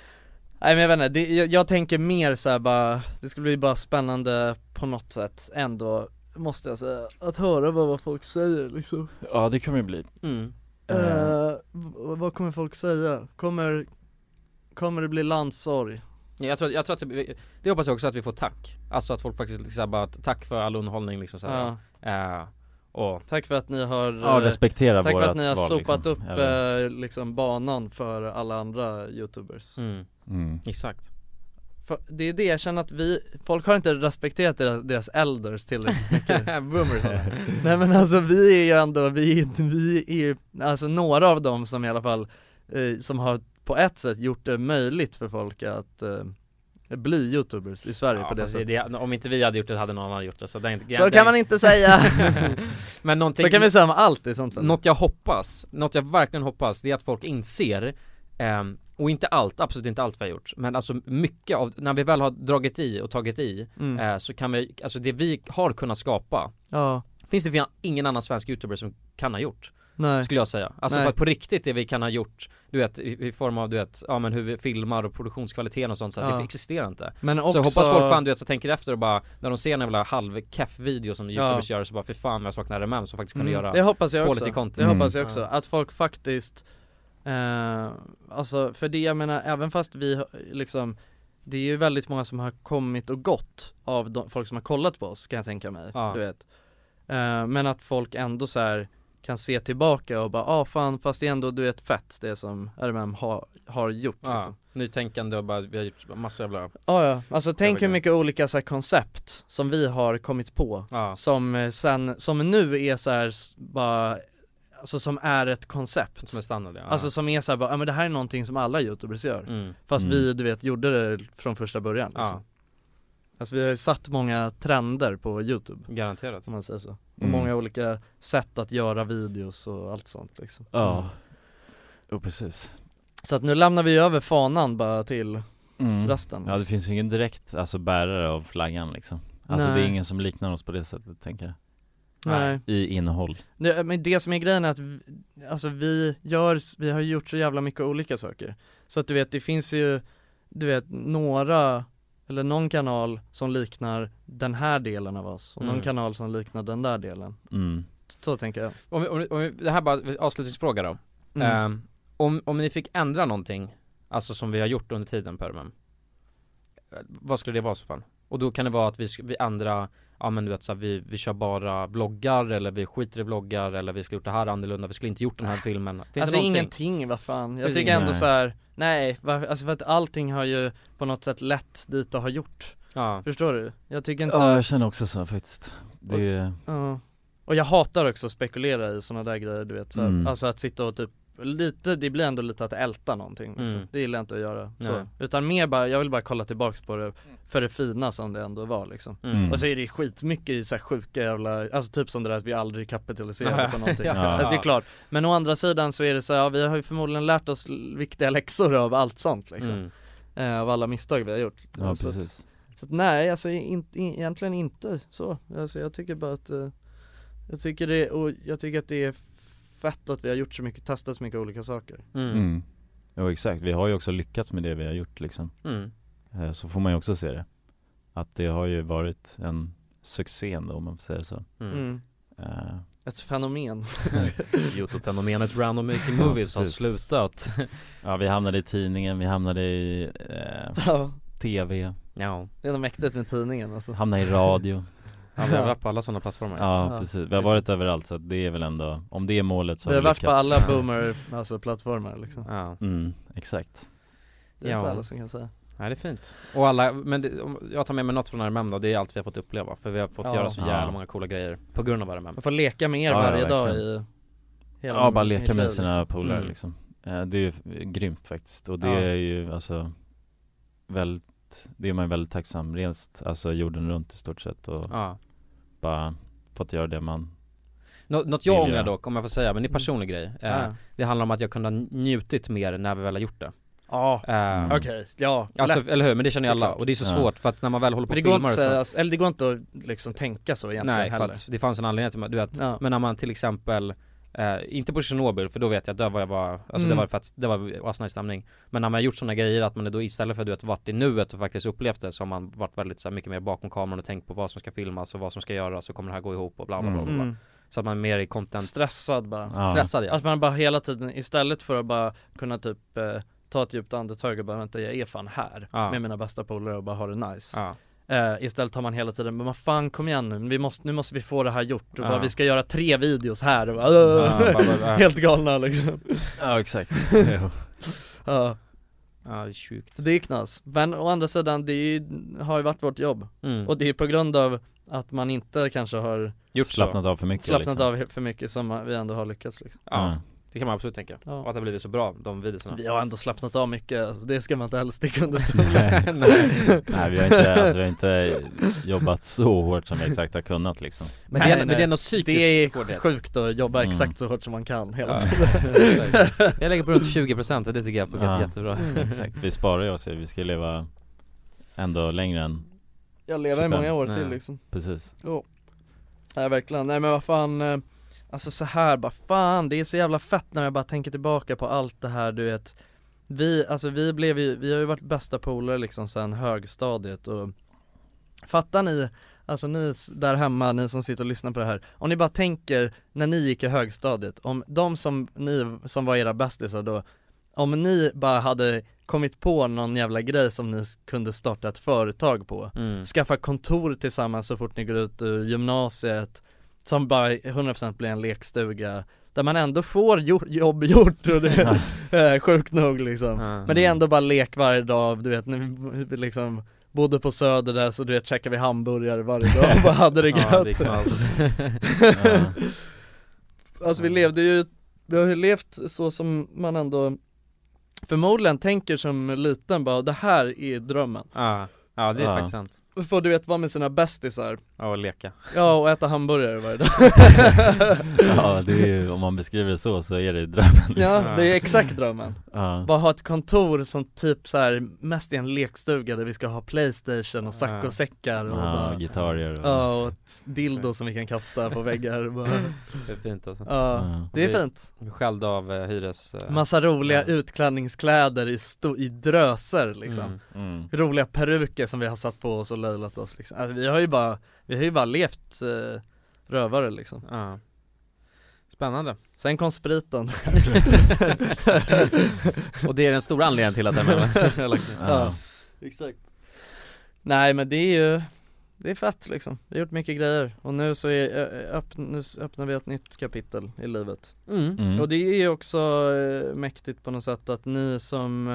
Nej men jag vet inte, det, jag, jag tänker mer så här bara, det skulle bli bara spännande på något sätt ändå måste jag säga. Att höra vad, vad folk säger liksom. Ja, det kommer det bli. Mm. Uh, v- vad kommer folk säga? Kommer, kommer det bli landsorg? Jag tror, jag tror att det, det hoppas jag också att vi får tack. Alltså att folk faktiskt liksom bara, tack för all underhållning liksom så här. Ja. Uh, och Tack för att ni har Ja, respektera Tack vårat för att ni har val, sopat liksom. upp Eller- eh, liksom banan för alla andra youtubers. mm. Mm. Exakt. För det är det jag känner att vi, folk har inte respekterat deras, deras elders tillräckligt mycket. Boomers. Nej men alltså vi är ju ändå, vi, är- vi är ju, alltså några av dem som i alla fall eh, som har på ett sätt gjort det möjligt för folk att eh, bli youtubers i Sverige Ja, på det fast sättet. det, det, om inte vi hade gjort det hade någon annan gjort det. Så, det är inte, Så det, kan man inte säga. Men någonting, Så kan vi säga med allt i sånt fall. något jag hoppas, något jag verkligen hoppas, det är att folk inser ehm, och inte allt, absolut inte allt vi har gjort, men alltså mycket av, när vi väl har dragit i och tagit i Mm. eh, så kan vi, alltså det vi har kunnat skapa, Ja, finns det ingen annan svensk youtuber som kan ha gjort, nej. skulle jag säga. Alltså Nej. för att på riktigt det vi kan ha gjort, du vet, i, i form av, du vet, ja men hur vi filmar och produktionskvaliteten och sånt, så att Ja. det existerar inte. Men Så också, jag hoppas folk fan, du vet, så tänker efter och bara, när de ser en jävla halvkeff video som youtubers gör, så bara, för fan jag saknar R M M som faktiskt kunde mm, göra det hoppas jag quality också. content. Det hoppas jag Mm. också, Ja. att folk faktiskt eh, alltså för det jag menar, även fast vi har- liksom, det är ju väldigt många som har kommit och gått av de, folk som har kollat på oss, kan jag tänka mig, Ja. du vet. Eh, men att folk ändå så här kan se tillbaka och bara, ah fan, fast det är ändå, du vet, fett det som R M M har, har gjort Ja, liksom. nytänkande och bara, vi har gjort massa jävla, Ja, ja, alltså tänk hur verkligen. mycket olika så här koncept som vi har kommit på, ja, som eh, sen, som nu är så här s- bara, alltså som är ett koncept. som är standard, ja. Alltså som är såhär bara, ja men det här är någonting som alla youtubers gör. mm. Fast Mm. vi, du vet, gjorde det från första början liksom. Ja, Alltså vi har ju satt många trender på YouTube, garanterat. om man säger så. Och Mm. många olika sätt att göra videos och allt sånt liksom. Ja, jo precis. Så att nu lämnar vi över fanan bara till Mm. resten. Ja, det finns ju ingen direkt, alltså bärare av flaggan liksom. Alltså Nej. det är ingen som liknar oss på det sättet, tänker jag. Nej. I innehåll. Det, men det som är grejen är att vi, alltså vi gör, vi har gjort så jävla mycket olika saker. Så att du vet, det finns ju, du vet, några, eller någon kanal som liknar den här delen av oss, och Mm. någon kanal som liknar den där delen. Mm. Så tänker jag. Om, vi- om, vi- om, vi- det här bara avslutningsfråga då. Mm. Ehm, om, om ni fick ändra någonting, alltså som vi har gjort under tiden på R M M, eh, vad skulle det vara i så fall? Och då kan det vara att vi, sk- vi ändrar, ja men du vet så här, vi, vi kör bara vloggar, eller vi skiter i vloggar, eller vi skulle gjort det här annorlunda, vi skulle inte gjort den här filmen. Finns Alltså det någonting? ingenting, vad fan. Jag Finns tycker inget- ändå Nej. så här. nej, var, alltså för att allting har ju på något sätt lett dit och har gjort. Ja, Förstår du? Jag tycker inte, Ja, jag känner också så faktiskt. Det är, ja. Och jag hatar också att spekulera i såna där grejer, du vet så här. Mm. Alltså att sitta och typ lite, det blir ändå lite att älta någonting liksom. Mm. Det gillar jag inte att göra så. Nej. Utan mer bara, jag vill bara kolla tillbaks på det för det fina som det ändå var liksom. mm. Och så är det skitmycket i så här sjuka jävla, alltså typ som det där att vi aldrig kapitaliserar på någonting. Ja. Alltså det är klart. Men å andra sidan så är det så här, ja, vi har ju förmodligen lärt oss viktiga läxor av allt sånt liksom. Mm. Eh, av alla misstag vi har gjort. ja så, att, precis. så att nej, alltså in, in, egentligen inte så. Alltså jag tycker bara att eh, jag tycker det, och jag tycker att det är fett att vi har gjort så mycket, testat så mycket olika saker. Mm. Mm. Jo exakt, vi har ju också lyckats med det vi har gjort liksom. Mm. Eh, Så får man ju också se det. Att det har ju varit en succé ändå, om man får säga det så. Mm. Mm. Eh, Ett fenomen. YouTube-fenomenet Random Making Movies har precis. slutat. Ja, vi hamnade i tidningen, vi hamnade i eh, Ja, tv, Ja, det är nog mäktigt med tidningen alltså. hamnade i radio. ja vi har varit på alla sådana plattformar. Ja, Ja. precis. Vi har varit överallt, så att det är väl ändå, om det är målet så Vi har vi varit på lyckats. alla boomer, alltså plattformar liksom. Ja. Mm, exakt. Det är Ja. inte alla som kan säga. Nej, det är fint. Och alla, men det, om jag tar med mig något från R M M då, det är allt vi har fått uppleva. För vi har fått Ja. göra så jävla Ja. många coola grejer på grund av R M M. Man får leka med er Ja, ja, varje dag verkligen. i hela Ja, bara mitt leka med liv, sina liksom. polare Mm. liksom. Eh, Det är ju grymt faktiskt. Och det Ja. är ju alltså väldigt, det är man ju väldigt tacksam, rest, alltså jorden runt i stort sett, och Ja. bara fått göra det man. Nå- något jag Vill ångrar jag. dock, om jag får säga, men det är personlig grej. Eh, Ja. Det handlar om att jag kunde ha njutit mer när vi väl har gjort det. Ja, Eh, Mm. okej, ja, Alltså, lätt. eller hur? Men det känner ju alla. Såklart. Och det är så Ja. svårt, för att när man väl håller på Men och det går filmar inte, och så. alltså, eller det går inte att liksom tänka så egentligen Nej, för heller. att det fanns en anledning till, du vet. Ja. Men när man till exempel, eh, inte på Chernobyl, för då vet jag att där var jag bara, alltså Mm. det var för att det var asnice stämning. Men när man har gjort sådana grejer, att man är då istället för att du vet varit i nuet och faktiskt upplevt det, så har man varit väldigt så här, mycket mer bakom kameran och tänkt på vad som ska filmas och vad som ska göras, så kommer det här gå ihop och bla bla bla, bla, bla. Mm. Så att man är mer i content. Stressad bara. Ja. Stressad, ja. Att man bara hela tiden, istället för att bara kunna typ eh, ta ett djupt andetag och bara vänta, jag är fan här Ja. med mina bästa polare och bara ha det nice. Ja. Eh, istället tar man hela tiden, men vad fan, kom igen nu, vi måste, nu måste vi få det här gjort och Ja. bara, vi ska göra tre videos här och bara, Ja, bara, bara, bara. helt galna liksom. Ja, exakt. Ja, Ja, det är sjukt. det är knas. Men å andra sidan, det är, har ju varit vårt jobb. Mm. Och det är på grund av att man inte kanske har Gjort Slappnat av för mycket slappnat liksom. av för mycket som vi ändå har lyckats liksom. Ja, Ja. det kan man absolut tänka. Ja. Och att det har blivit så bra, de videorna. Vi har ändå slappnat av mycket, alltså, det ska man inte heller sticka under stol. Nej. Nej, vi har inte, alltså, vi har inte jobbat så hårt som vi exakt har kunnat liksom. Men, Nej, det, är, nej. men det är något psykiskt Det är hårdhet. sjukt att jobba Mm. exakt så hårt som man kan hela Ja. tiden. Jag lägger på runt tjugo procent och det tycker jag funkar Ja. jättebra. Exakt, vi sparar ju oss, vi ska leva ändå längre än, Jag lever i tjugofem. många år till Nej. liksom. precis. Jo. Nej, verkligen. Nej, men vad fan, eh, alltså så här bara, fan, det är så jävla fett när jag bara tänker tillbaka på allt det här, du vet. Vi, alltså vi blev ju, vi har ju varit bästa polare liksom sen högstadiet och fattar ni, alltså ni där hemma, ni som sitter och lyssnar på det här, om ni bara tänker när ni gick i högstadiet, om de som ni, som var era bästisar då, om ni bara hade kommit på någon jävla grej som ni kunde starta ett företag på, Mm. skaffa kontor tillsammans så fort ni går ut ur gymnasiet, som bara hundra procent blir en lekstuga där man ändå får jo- jobb gjort och det är sjukt nog liksom. Ja. Men det är ändå bara lek varje dag, du vet, när vi liksom bodde på Söder där, så du vet, käkade vi hamburgare varje dag och bara hade det gött. Ja, det är knas. Ja. Alltså vi levde ju, vi har ju levt så som man ändå förmodligen tänker som liten, bara det här är drömmen. Ja, ja det är Ja. faktiskt sant. Får du vet vara med sina bästisar. Ja, och leka. Ja, och äta hamburgare varje dag. Ja, det är ju, om man beskriver det så, så är det drömmen liksom. Ja, det är exakt drömmen. Ja. Bara ha ett kontor som typ så här, mest i en lekstuga där vi ska ha Playstation och saccosäckar och, Ja, bara, gitarrer och... ja, och ett dildo som vi kan kasta på väggar bara. Det är fint alltså. Ja, Ja. det är fint. Skälld av eh, hyres... Eh, Massa roliga ja. utklädningskläder i, sto- i dröser liksom. Mm. Mm. Roliga peruker som vi har satt på oss och löjlat oss liksom. Alltså, vi har ju bara, vi har ju bara levt eh, rövare liksom. Ja. Spännande. Sen kom spriten. Och det är den stora anledningen till att jag är med. Ja, exakt. Nej, men det är ju, det är fett liksom. Vi har gjort mycket grejer och nu så är, ö- öpp, nu öppnar vi ett nytt kapitel i livet. Mm. Mm. Och det är ju också eh, mäktigt på något sätt att ni som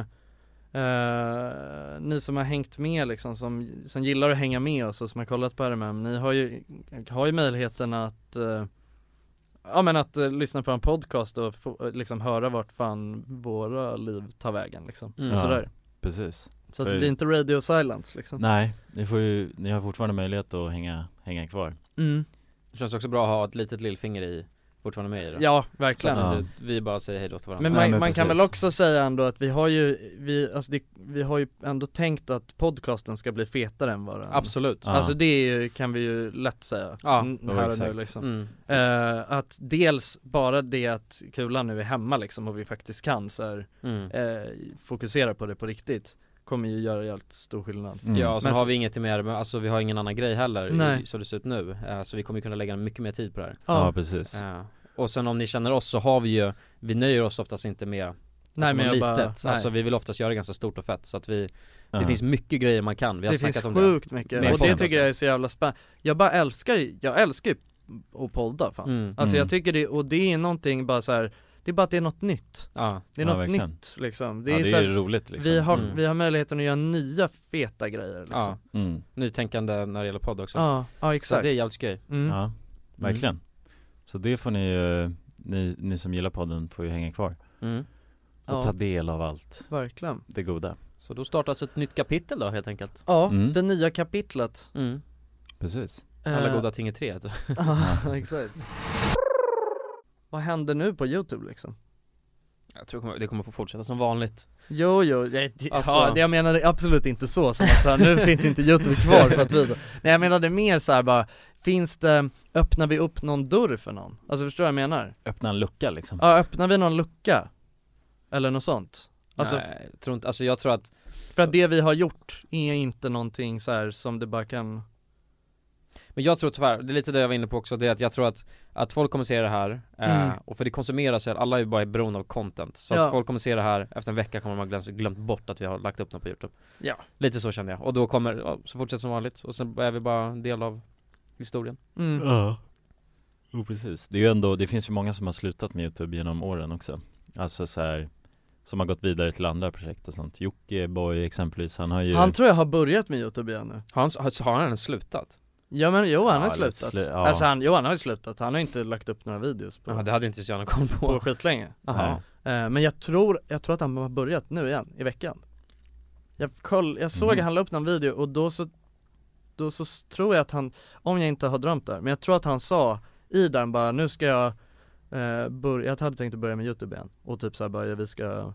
eh, ni som har hängt med liksom, som, som gillar att hänga med oss och som har kollat på R M M, ni har ju, har ju möjligheten att eh, ja men att eh, lyssna på en podcast och få, liksom höra vart fan våra liv tar vägen liksom. Mm. Ja. Sådär. Precis. Så att För- det blir inte radio silence liksom. Nej, ni får ju, ni har fortfarande möjlighet att hänga, hänga kvar. Mm. Det känns också bra att ha ett litet lillfinger i, fortfarande med i det. Ja, Så verkligen. att Ja. inte vi bara säger hej då till varandra. Men Nej, man, men man kan precis. väl också säga ändå att vi har ju, vi, alltså det, vi har ju ändå tänkt att podcasten ska bli fetare än vad den. Absolut. Ja. Alltså det är ju, kan vi ju lätt säga. Ja, N- jo, här och nu exakt. liksom. Mm. Eh, att dels bara det att Kulan nu är hemma liksom och vi faktiskt kan så här, Mm. eh, fokusera på det på riktigt, kommer ju göra jävligt stor skillnad. Mm. Ja, och sen Men har så- vi inget mer, men alltså vi har ingen annan grej heller Nej. i, så det ser ut nu. Eh, så vi kommer kunna lägga mycket mer tid på det här. Ja, precis. Eh, och sen om ni känner oss så har vi ju, vi nöjer oss oftast inte med Nej, men alltså, jag litet. bara, nej. Alltså vi vill oftast göra det ganska stort och fett, så att vi, Ja. det finns mycket grejer man kan. Vi har det finns snackat om sjukt mycket, Med och det podden, tycker jag är så jävla spännande. Jag bara älskar, jag älskar ju att podda fan. Mm. Alltså Mm. jag tycker det, och det är någonting bara så här, det är bara att det är något nytt. Ja. Det är Ja, något verkligen. nytt liksom. Det Det är, är, ja, så det här, är roligt liksom. vi, har, Mm. vi har möjligheten att göra nya feta grejer liksom. Ja, Mm. nytänkande när det gäller podd också. Ja, ja Så exakt. det är jävligt skoj. Mm. Ja, verkligen. Så det får ni ju, ni, ni som gillar podden får ju hänga kvar Mm. och Ja. ta del av allt Verkligen. det goda. Så då startas ett nytt kapitel då helt enkelt. Ja, Mm. det nya kapitlet. Mm. Precis. Alla Eh, goda ting är tre. Ja, exakt. Vad händer nu på YouTube liksom? Jag Jag tror det kommer, det kommer få fortsätta som vanligt. Jo, jo, det, alltså... ja, det jag menar absolut inte så, som att så här, nu finns inte YouTube kvar för att video. Nej, jag menar det mer så här bara, finns det, öppnar vi upp någon dörr för någon? Alltså förstår du vad jag menar? Öppna en lucka liksom. Ja, öppnar vi någon lucka? Eller något sånt? Alltså, Nej, jag tror inte, alltså jag tror att för att det vi har gjort är inte någonting så här som det bara kan... Men jag tror tyvärr, det är lite det jag var inne på också, det är att jag tror att, att folk kommer se det här mm. eh, och för det konsumeras, alla är ju bara beroende av content. Så ja. att folk kommer se det här, efter en vecka kommer man glömt, glömt bort att vi har lagt upp något på YouTube. Ja. Lite så känner jag. Och då kommer, ja, så fortsätter som vanligt. Och sen är vi bara en del av historien. Mm. Ja. Oh, precis. Det är ju ändå, det finns ju många som har slutat med YouTube genom åren också. Alltså så här, som har gått vidare till andra projekt och sånt. Jocke Boy exempelvis, han har ju... Han tror jag har börjat med YouTube igen nu. Har han, har han ens slutat? Ja men jo, han har ja, slutat slu- ja. Alltså han, jo, han har ju slutat. Han har inte lagt upp några videos på, ja, det hade inte så gärna koll på. På skitlänge. Aha. Uh, Men jag tror, jag tror att han har börjat nu igen, i veckan. Jag, koll, jag såg Mm. att han la upp någon video och då så Då så tror jag att han, om jag inte har drömt där, men jag tror att han sa i den bara, nu ska jag uh, börja, jag hade tänkt att börja med YouTube igen. Och typ såhär bara, ja, vi ska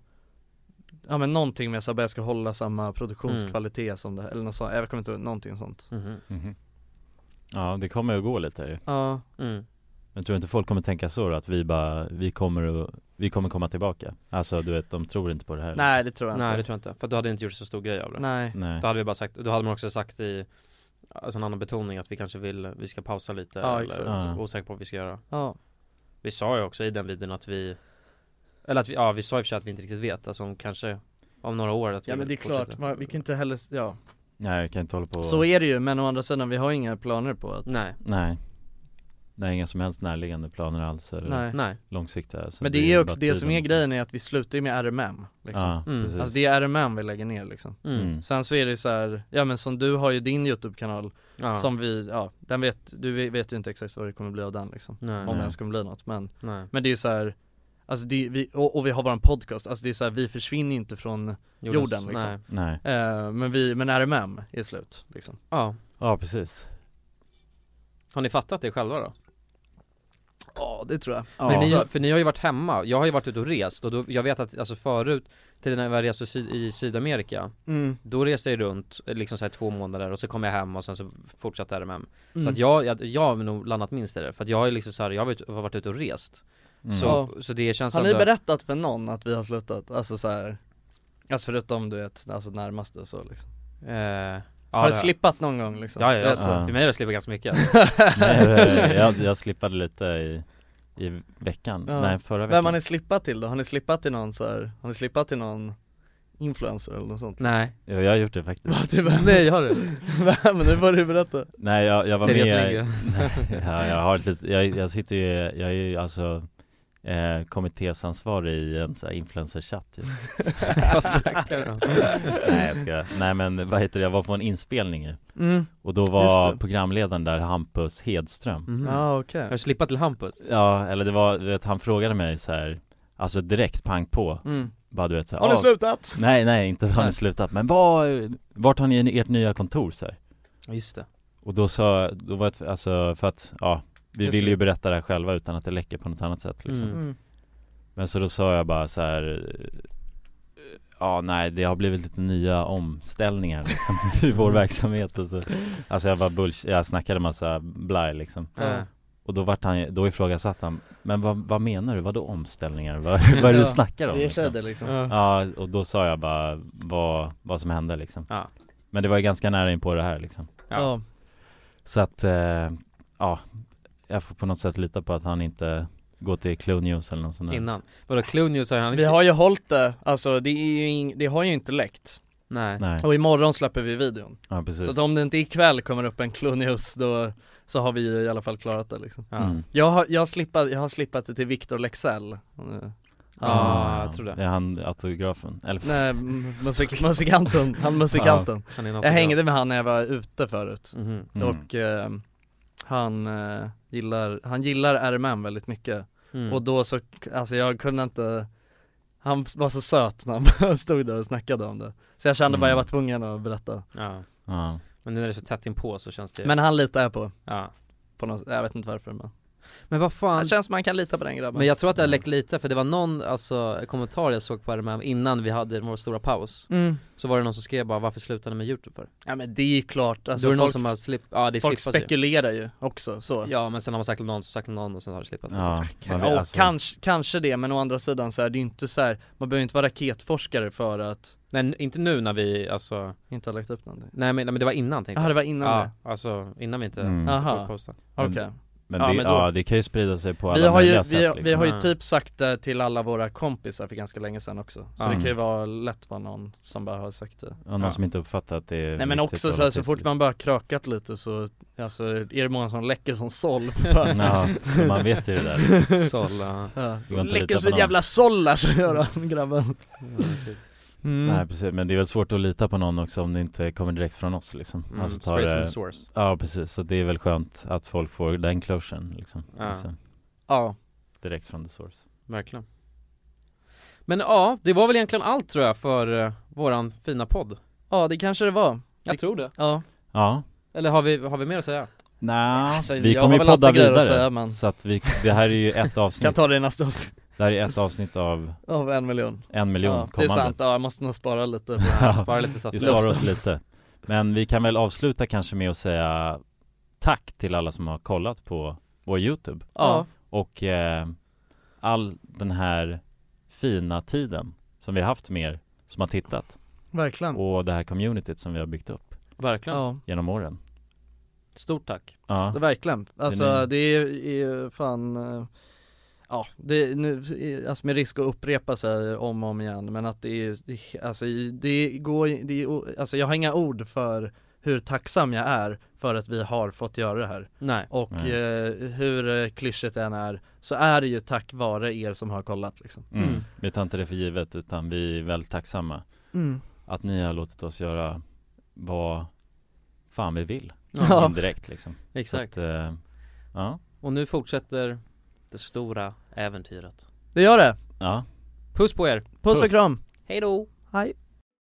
Ja men någonting med såhär, jag ska hålla samma produktionskvalitet mm. som det, eller något sånt, jag kommer inte, någonting sånt. Mm-hmm. Mm-hmm. Ja, det kommer att gå lite ju. Ja. Mm. Men tror inte folk kommer tänka så då, att vi bara, vi kommer att, vi kommer komma tillbaka? Alltså du vet, de tror inte på det här. Nej, det tror jag inte. Nej, det tror jag inte. För då hade inte gjort så stor grej av det. Nej. Nej. Då hade vi bara sagt, då hade man också sagt i alltså en annan betoning att vi kanske vill, vi ska pausa lite. Ja, eller exakt. Ja. osäker på vad vi ska göra. Ja. Vi sa ju också i den videon att vi, eller att vi, ja vi sa i och för sig att vi inte riktigt vet, alltså om kanske om några år att vi Ja men det är klart, man, vi kan inte heller, ja. Nej, vi kan inte hålla på. Så är det ju, men å andra sidan, vi har inga planer på att Nej. Nej. Det är inga som helst närliggande planer alls eller Nej. Nej. långsiktiga. Så men det, det är också bara det som är tiden. grejen, är att vi slutar ju med R M M liksom. Ja, Mm. precis. Alltså det är R M M vi lägger ner liksom. Mm. Sen så är det så här, ja men som du har ju din YouTube-kanal Ja. som vi, ja, den vet, du vet ju inte exakt vad det kommer bli av den liksom. Nej. Om Nej. det ens kommer bli något, men Nej. Men det är ju så här, alltså det, vi, och, och vi har våran podcast, alltså det är så här, vi försvinner inte från Jordens, jorden liksom. Nej. Nej. Eh, men vi, men R M M är slut liksom. Ja. Ja, precis. Har ni fattat det själva då? Ja, det tror jag. Ja. Men ni, för ni har ju varit hemma, jag har ju varit ute och rest och då, jag vet att alltså förut till när jag reste i, i Sydamerika Mm. då reste jag runt liksom så här två månader och så kom jag hem och sen så fortsatte R M M. Mm. Så att jag, jag, jag har nog landat minst i det, för att jag har ju liksom så här, jag har varit, har varit ute och rest. Mm. Så, Ja. så det känns Har ni ändå- berättat för någon att vi har slutat? Alltså så här, alltså förutom du vet, alltså närmaste så liksom. eh, ja, Har du det- slippat någon gång liksom? Ja, ja, ja. Vet du? Ja. För mig har det slippat ganska mycket. Nej, jag, jag slippade lite i, i veckan. Ja. Nej, förra veckan. Vem har ni slippat till då? Har ni slippat till någon så här, har ni slippat till någon influencer eller något sånt? Nej. Ja, jag har gjort det faktiskt. Va, typ, nej, har du? Men nu får du berätta. Nej, jag, jag var Therese med. Lindgren. Ja, jag har ett lite, jag, jag sitter ju, jag är ju alltså eh, kommittésansvarig i en så här influencer-chatt ju. Vad snackar du om? Nej, jag ska, nej men vad heter det, jag var på en inspelning ju. Mm. Och då Just var det. programledaren där, Hampus Hedström. Mhm. Ja, ah, okej. Har du slippat till Hampus? Ja, eller det var, du vet, han frågade mig så här, alltså direkt pang på. Mm. Bara du vet så här, Har ni "Ah, slutat? Nej, nej, inte har Nej. ni slutat. Men vad, vart har ni ert nya kontor så här? Ja, just det. Och då sa, då var det, alltså för att, ja, vi Just ville det. ju berätta det här själva utan att det läcker på något annat sätt liksom. Mm. Mm. Men så då sa jag bara så här, ja nej, det har blivit lite nya omställningar liksom i vår verksamhet och så. Alltså jag var bullshit, jag snackade massa blaj liksom. Ja. Och då vart han, då ifrågasatte han, men vad, vad menar du, vad då omställningar? Vad, vad är det du Ja, snackar om? Det är liksom? tjejer liksom. Ja. Ja, och då sa jag bara vad, vad som hände liksom. Ja. Men det var ju ganska nära in på det här liksom. Ja. Ja. Så att, eh, ja, jag får på något sätt lita på att han inte går till Clue News eller något sånt där. Innan. Vadå, Clue News har han Vi har ju hållit det, alltså det, är ju ing, det har ju inte läckt. Nej. Nej, Och imorgon släpper vi videon. ja precis. Så att om det inte ikväll kommer upp en Clue News, då så har vi ju i alla fall klarat det liksom. Ja. Mm. Jag har, jag har, slippat, jag har slippat det till Victor Lexell. Ja, jag tror det. Är han autografen? Eller Nej, m- musik, musikanten, han musikanten. Han är en Jag autograf. hängde med han när jag var ute förut. Mhm. Mm. Och eh, han, eh, gillar, han gillar R M M väldigt mycket. Mm. Och då så, alltså jag kunde inte, han var så söt när han stod där och snackade om det. Så jag kände bara Mm. jag var tvungen att berätta. Ja. Ja. Men nu är det så tätt inpå så känns det. Men han litar jag på, Ja. på något, jag vet inte varför men Men vad fan, det känns som man kan lita på den grabben. men jag tror att det har läckt lite, för det var någon alltså, kommentar jag såg på det med innan vi hade vår stora paus. Mm. Så var det någon som skrev bara, varför slutade med YouTube för? Ja men det är ju klart, alltså, Då är det någon folk, som har slipp, ja, det folk slippas spekulerar ju. ju också så. Ja, men sen har man sagt någon, så sagt någon och sen har det slippat. Ja, Ja, man, alltså, kanske, kanske det, men å andra sidan så är det ju inte så här, man behöver inte vara raketforskare för att Nej, inte nu när vi, alltså inte ha lagt upp någonting. Nej men, nej, men det var innan tänkte Ja, det var innan Ja, det. alltså innan vi inte Mm. Aha. postade. Okej. Okay. Men, Ja, det, men då- ja, det kan ju sprida sig på Vi alla har ju, möjliga vi, sätt liksom. vi har ju Ja. typ sagt det till alla våra kompisar för ganska länge sedan också. Så Ja. det kan ju vara lätt vara någon som bara har sagt det. Ja, någon Ja. som inte uppfattar att det är Nej men viktigt också att så, hålla så tyst, fort liksom. man bara krökat lite så alltså, är det många som läcker som såll. Ja, man vet ju det där. Sålla. Ja. Det går inte att Läcker lita som på ett någon. jävla såll alltså, gör han, grabben. Mm. Nej precis, men det är väl svårt att lita på någon också om det inte kommer direkt från oss liksom. Mm, Alltså, tar straight from det, the source. ja precis, så det är väl skönt att folk får den closuren liksom. Ja. Alltså, Ja. direkt från the source. Verkligen. Men ja, det var väl egentligen allt tror jag för uh, våran fina podd. Ja det kanske det var. Jag tror det. Ja. Ja. Eller har vi, har vi mer att säga? Nej, Alltså, vi jag kommer har ju väl podda alltid grejer vidare att säga, men- så att vi, det här är ju ett Kan avsnitt. ta det i nästa avsnitt. Det här är ett avsnitt av Av en miljon. en miljon Ja, det är kommande. sant, ja jag måste nog spara lite. Spara lite saft. Vi sparar oss lite. Men vi kan väl avsluta kanske med att säga tack till alla som har kollat på vår YouTube. Ja. Och eh, all den här fina tiden som vi har haft med er som har tittat. Verkligen. Och det här communityt som vi har byggt upp Verkligen. Ja. genom åren. Stort tack. Ja. Så, verkligen. Alltså är- det är ju fan eh, ja, det är nu, alltså med risk att upprepa sig om och om igen, men att det är, det, alltså det går, det är, alltså jag har inga ord för hur tacksam jag är för att vi har fått göra det här. Nej. Och Nej. eh, hur eh, klyschigt det än är, så är det ju tack vare er som har kollat liksom. Mm. Mm. Vi tar inte det för givet, utan vi är väldigt tacksamma Mm. att ni har låtit oss göra vad fan vi vill. Ja. Indirekt liksom. Exakt. Så att, eh, ja. Och nu fortsätter det stora äventyret. Det gör det. Ja. Puss på er. Puss och Puss. kram. Hej då. Hej.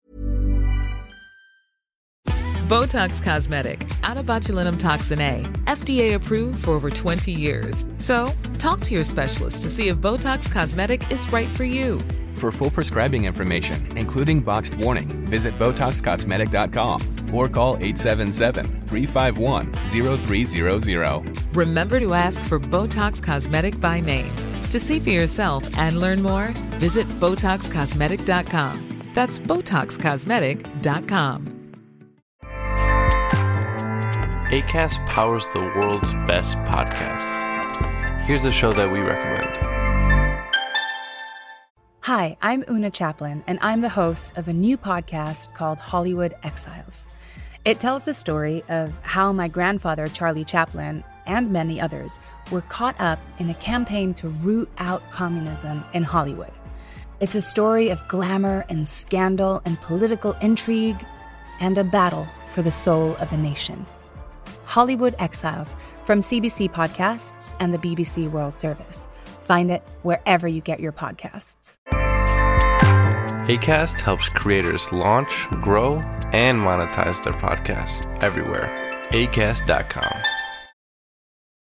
Botox Cosmetic, out of botulinum toxin A, F D A approved for over twenty years. So, talk to your specialist to see if Botox Cosmetic is right for you. For full prescribing information, including boxed warning, visit Botox Cosmetic dot com or call eight seven seven, three five one, zero three zero zero. Remember to ask for Botox Cosmetic by name. To see for yourself and learn more, visit Botox Cosmetic dot com. That's Botox Cosmetic dot com. Acast powers the world's best podcasts. Here's a show that we recommend. Hi, I'm Una Chaplin, and I'm the host of a new podcast called Hollywood Exiles. It tells the story of how my grandfather, Charlie Chaplin, and many others were caught up in a campaign to root out communism in Hollywood. It's a story of glamour and scandal and political intrigue and a battle for the soul of a nation. Hollywood Exiles from C B C Podcasts and the B B C World Service. Find it wherever you get your podcasts. Acast helps creators launch, grow, and monetize their podcasts everywhere. acast dot com.